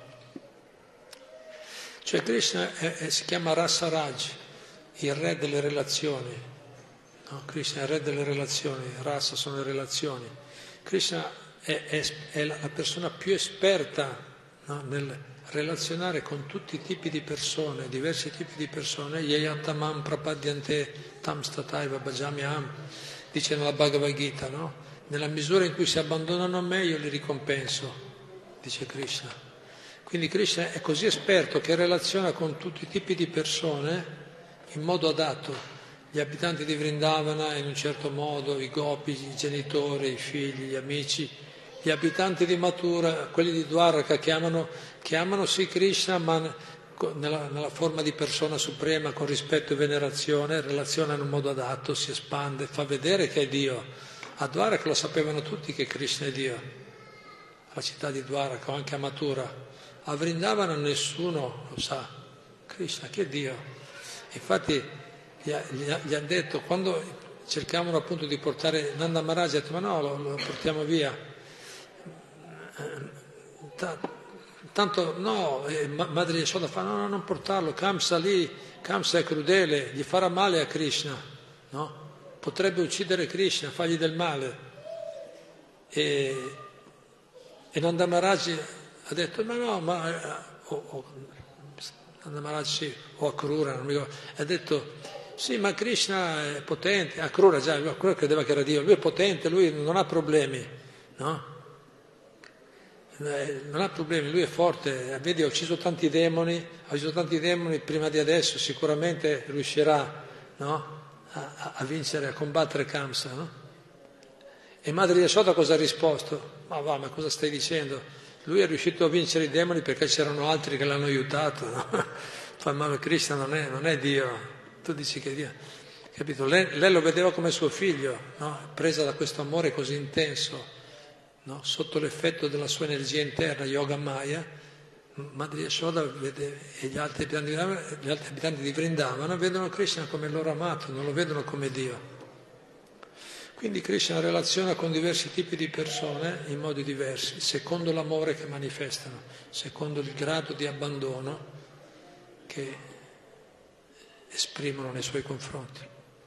Cioè Krishna è, è, si chiama Rasa Raj, il re delle relazioni. No? Krishna è il re delle relazioni, Rasa sono le relazioni. Krishna è, è, è la persona più esperta, no? Nel relazionare con tutti i tipi di persone, diversi tipi di persone. Yayatamam prapadyante tam stataiva bhajamyam, dice nella Bhagavad Gita, no? Nella misura in cui si abbandonano a me io li ricompenso, dice Krishna. Quindi Krishna è così esperto che relaziona con tutti i tipi di persone in modo adatto. Gli abitanti di Vrindavana in un certo modo, i gopi, i genitori, i figli, gli amici, gli abitanti di Mathura, quelli di Dwaraka, chiamano, chiamano sì Krishna, ma nella, nella forma di persona suprema, con rispetto e venerazione, relaziona in un modo adatto, si espande, fa vedere che è Dio. A Dwaraka lo sapevano tutti che Krishna è Dio, alla città di Dwaraka o anche a Mathura. A Vrindavana nessuno lo sa, Krishna che è Dio. Infatti gli, gli, gli hanno detto, quando cercavano appunto di portare Nanda Maharaj, ha detto ma no, lo, lo portiamo via. Tanto no, eh, Madre Yashoda fa no, no, non portarlo, Kamsa lì, Kamsa è crudele, gli farà male a Krishna, no? Potrebbe uccidere Krishna, fargli del male. E, e Nanda Maharaj ha detto ma no, ma o, o, Nanda Maharaj sì, o Akrura, non mi ricordo, ha detto sì, ma Krishna è potente, Akrura già, Akrura credeva che era Dio, lui è potente, lui non ha problemi, no? Non ha problemi, lui è forte, vedi, ha ucciso tanti demoni, ha ucciso tanti demoni prima di adesso, sicuramente riuscirà, no? a, a vincere, a combattere Kamsa, no? E Madre Yashoda cosa ha risposto? Ma va, ma cosa stai dicendo? Lui è riuscito a vincere i demoni perché c'erano altri che l'hanno aiutato, no? Fa, ma Krishna non è, non è Dio, tu dici che è Dio, capito? Lei, lei lo vedeva come suo figlio, no? Presa da questo amore così intenso. No? Sotto l'effetto della sua energia interna, Yoga Maya, Madre Yashoda vede, e gli altri, abitanti, gli altri abitanti di Vrindavana vedono Krishna come il loro amato, non lo vedono come Dio. Quindi Krishna relaziona con diversi tipi di persone in modi diversi, secondo l'amore che manifestano, secondo il grado di abbandono che esprimono nei suoi confronti.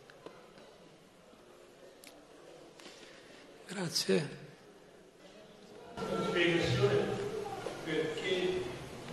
Grazie. Una spiegazione perché,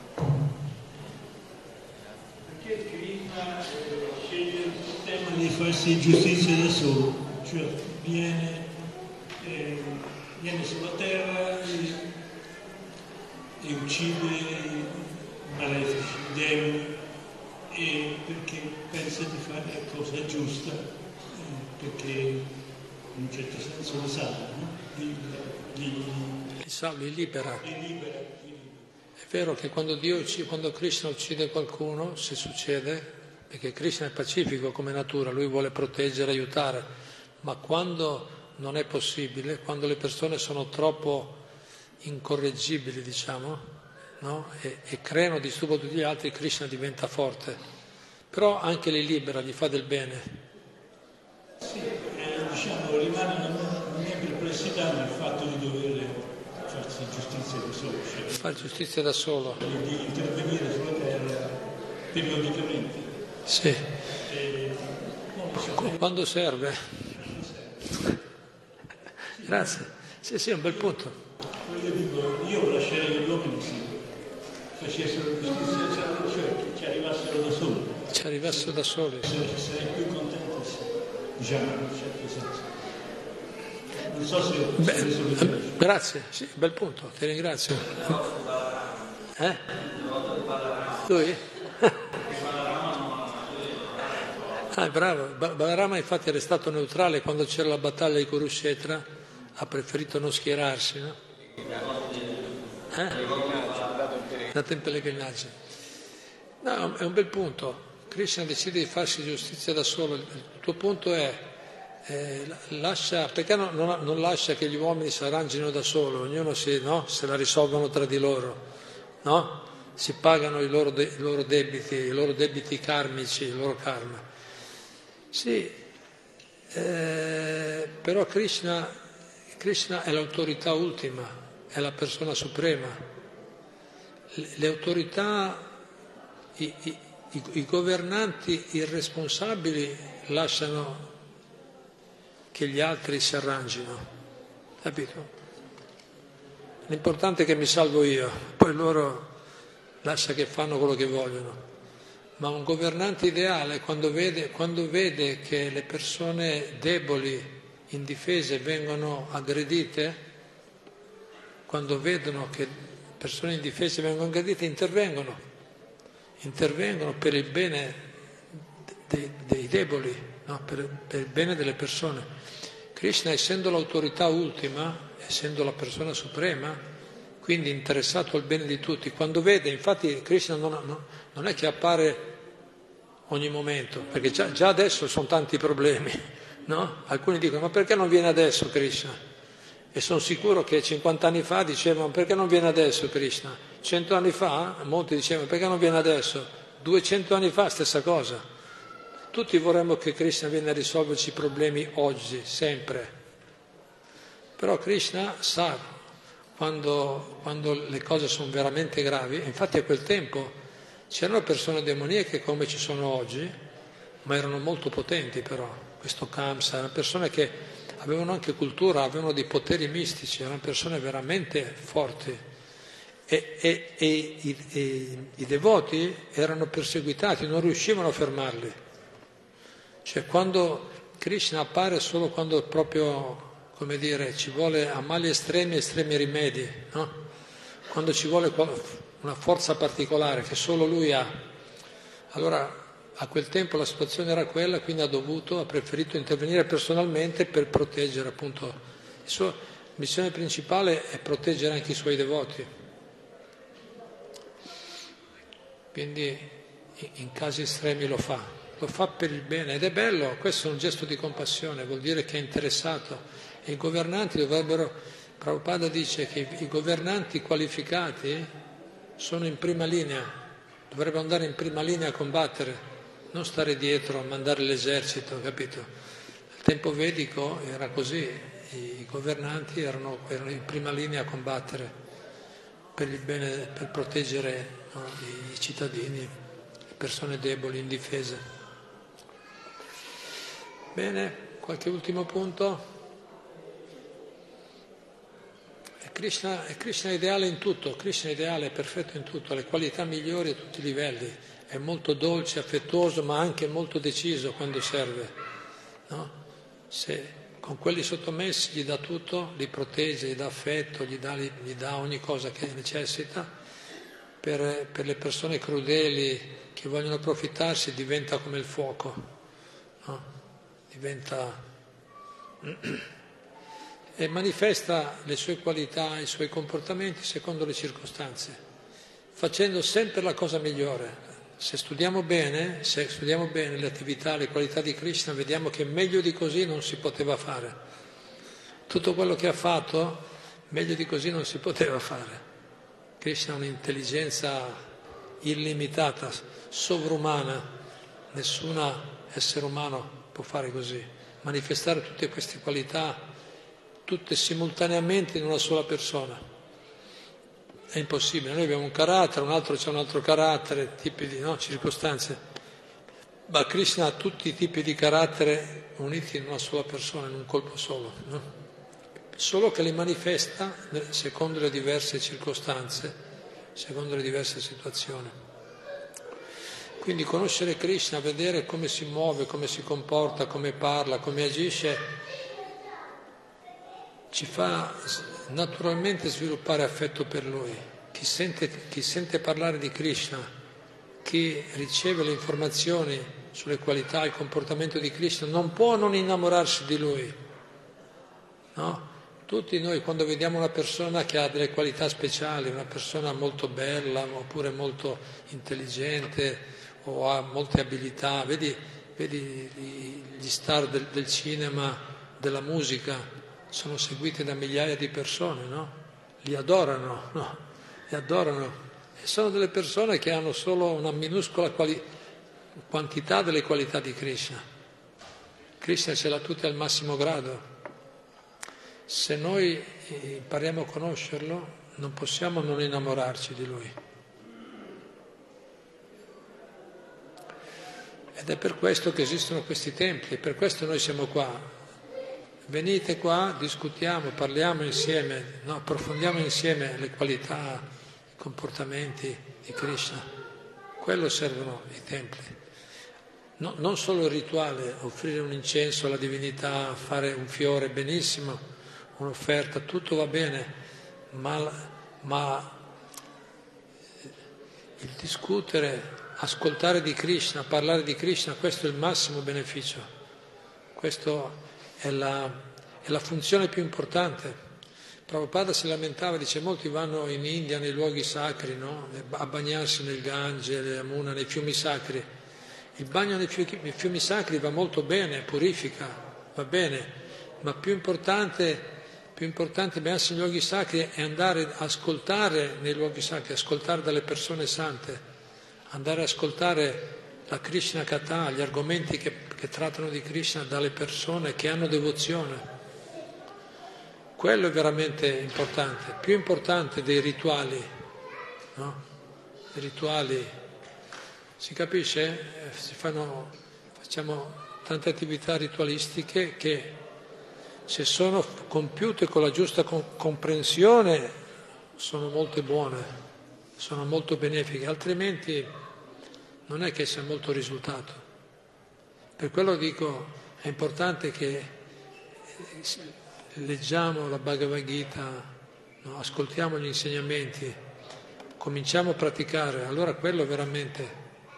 perché Krishna eh, sceglie il sistema di farsi giustizia da solo, cioè viene, eh, viene sulla terra e, e uccide i malefici, i demoni, e perché pensa di fare la cosa giusta, eh, perché in un certo senso lo sa, no? Li, li, Li salva, li libera. li libera, li libera. È vero che quando, Dio uccide, quando Krishna uccide qualcuno, se succede, perché Krishna è pacifico come natura, lui vuole proteggere, aiutare, ma quando non è possibile, quando le persone sono troppo incorreggibili, diciamo, no? e, e creano disturbo a tutti gli altri, Krishna diventa forte. Però anche li libera, gli fa del bene. Sì, eh, diciamo, rimane una mia perplessità nel fatto di dover farsi giustizia da solo, cioè Fa giustizia da solo. di intervenire sulla terra periodicamente. Sì. E, non lo so, Quando serve. Grazie. Sì, sì, è un bel punto. io dico, io lascerei che gli uomini si facessero giustizia, cioè che ci arrivassero da soli. Ci arrivassero da soli. Sarei più contento, diciamo, in un certo senso. Non so se ho Beh, reso eh, l'idea. grazie, sì, bel punto, ti ringrazio. Eh? Lui? Ah, bravo. Ba- Balarama infatti era stato neutrale quando c'era la battaglia di Kurukshetra, ha preferito non schierarsi, no? Eh? È andato in pellegrinaggio. No, è un bel punto. Krishna decide di farsi giustizia da solo. Il tuo punto è, eh, lascia, perché non, non, non lascia che gli uomini si arrangino da solo, ognuno si, no? se la risolvono tra di loro, no? Si pagano i loro, de, i loro debiti, i loro debiti karmici, il loro karma. Sì, eh, però Krishna, Krishna è l'autorità ultima, è la persona suprema. Le, le autorità, i, i, i, i governanti irresponsabili lasciano che gli altri si arrangino, capito? L'importante è che mi salvo io, poi loro lascia che fanno quello che vogliono. Ma un governante ideale, quando vede, quando vede che le persone deboli, indifese, vengono aggredite, quando vedono che persone indifese vengono aggredite, intervengono, intervengono per il bene dei, dei deboli, no? per, per il bene delle persone. Krishna, essendo l'autorità ultima, essendo la persona suprema, quindi interessato al bene di tutti. Quando vede, infatti Krishna non, non è che appare ogni momento, perché già, già adesso sono tanti problemi, no? Alcuni dicono, ma perché non viene adesso Krishna? E sono sicuro che cinquanta anni fa dicevano, perché non viene adesso Krishna? cento anni fa molti dicevano, perché non viene adesso? duecento anni fa stessa cosa. Tutti vorremmo che Krishna viene a risolverci i problemi oggi, sempre. Però Krishna sa quando, quando le cose sono veramente gravi. Infatti a quel tempo c'erano persone demoniache come ci sono oggi, ma erano molto potenti però. Questo Kamsa, erano persone che avevano anche cultura, avevano dei poteri mistici, erano persone veramente forti. E, e, e, i, e i devoti erano perseguitati, non riuscivano a fermarli. Cioè quando Krishna appare solo quando proprio, come dire, ci vuole a mali estremi estremi rimedi, no? Quando ci vuole una forza particolare che solo lui ha. Allora a quel tempo la situazione era quella, quindi ha dovuto, ha preferito intervenire personalmente per proteggere appunto. La sua missione principale è proteggere anche i suoi devoti. Quindi in casi estremi lo fa, lo fa per il bene ed è bello, questo è un gesto di compassione, vuol dire che è interessato e i governanti dovrebbero, Prabhupada dice che i governanti qualificati sono in prima linea, dovrebbero andare in prima linea a combattere, non stare dietro a mandare l'esercito, capito? Al tempo vedico era così, i governanti erano, erano in prima linea a combattere per il bene, per proteggere, no, i cittadini, le persone deboli, indifese. Bene, qualche ultimo punto? E Krishna, e Krishna è ideale in tutto, Krishna è ideale, è perfetto in tutto, ha le qualità migliori a tutti i livelli, è molto dolce, affettuoso, ma anche molto deciso quando serve, no? Se con quelli sottomessi gli dà tutto, li protegge, gli dà affetto, gli dà, gli dà ogni cosa che necessita. Per, per le persone crudeli che vogliono approfittarsi diventa come il fuoco, no? Diventa e manifesta le sue qualità, i suoi comportamenti secondo le circostanze, facendo sempre la cosa migliore. Se studiamo bene, se studiamo bene le attività, le qualità di Krishna, vediamo che meglio di così non si poteva fare. Tutto quello che ha fatto, meglio di così non si poteva fare. Krishna ha un'intelligenza illimitata, sovrumana, nessun essere umano può fare così, manifestare tutte queste qualità, tutte simultaneamente in una sola persona. È impossibile, noi abbiamo un carattere, un altro c'ha un altro carattere, tipi di no, circostanze, ma Krishna ha tutti i tipi di carattere uniti in una sola persona, in un colpo solo, no? Solo che li manifesta secondo le diverse circostanze, secondo le diverse situazioni. Quindi conoscere Krishna, vedere come si muove, come si comporta, come parla, come agisce, ci fa naturalmente sviluppare affetto per Lui. Chi sente, chi sente parlare di Krishna, chi riceve le informazioni sulle qualità e il comportamento di Krishna, non può non innamorarsi di Lui, no? Tutti noi quando vediamo una persona che ha delle qualità speciali, una persona molto bella oppure molto intelligente o ha molte abilità, vedi, vedi gli star del, del cinema, della musica, sono seguiti da migliaia di persone, no? Li adorano, no? Li adorano. E sono delle persone che hanno solo una minuscola quali- quantità delle qualità di Krishna. Krishna ce l'ha tutte al massimo grado. Se noi impariamo a conoscerlo, non possiamo non innamorarci di Lui. Ed è per questo che esistono questi templi, per questo noi siamo qua. Venite qua, discutiamo, parliamo insieme, no? Approfondiamo insieme le qualità, i comportamenti di Krishna. Quello servono i templi. No, non solo il rituale, offrire un incenso alla divinità, fare un fiore, benissimo, un'offerta, tutto va bene, ma, ma il discutere, ascoltare di Krishna, parlare di Krishna, questo è il massimo beneficio. Questo è la, è la funzione più importante, Prabhupada si lamentava, dice, molti vanno in India nei luoghi sacri, no? A bagnarsi nel Gange, nel Yamuna, nei fiumi sacri. Il bagno nei fiumi, nei fiumi sacri va molto bene, purifica, va bene, ma più importante, più importante bagnarsi nei luoghi sacri è andare a ascoltare nei luoghi sacri, ascoltare dalle persone sante, andare a ascoltare la Krishna Katha, gli argomenti che, che trattano di Krishna dalle persone che hanno devozione. Quello è veramente importante, più importante dei rituali, no? I rituali, si capisce? Si fanno, facciamo tante attività ritualistiche che, se sono compiute con la giusta comprensione, sono molto buone, sono molto benefiche, altrimenti non è che sia molto risultato. Per quello dico, è importante che leggiamo la Bhagavad Gita, no? Ascoltiamo gli insegnamenti, cominciamo a praticare, allora quello veramente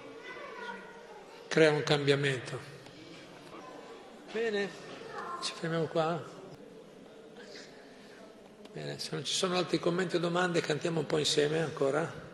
crea un cambiamento. Bene, ci fermiamo qua? Bene, se non ci sono altri commenti o domande cantiamo un po' insieme ancora.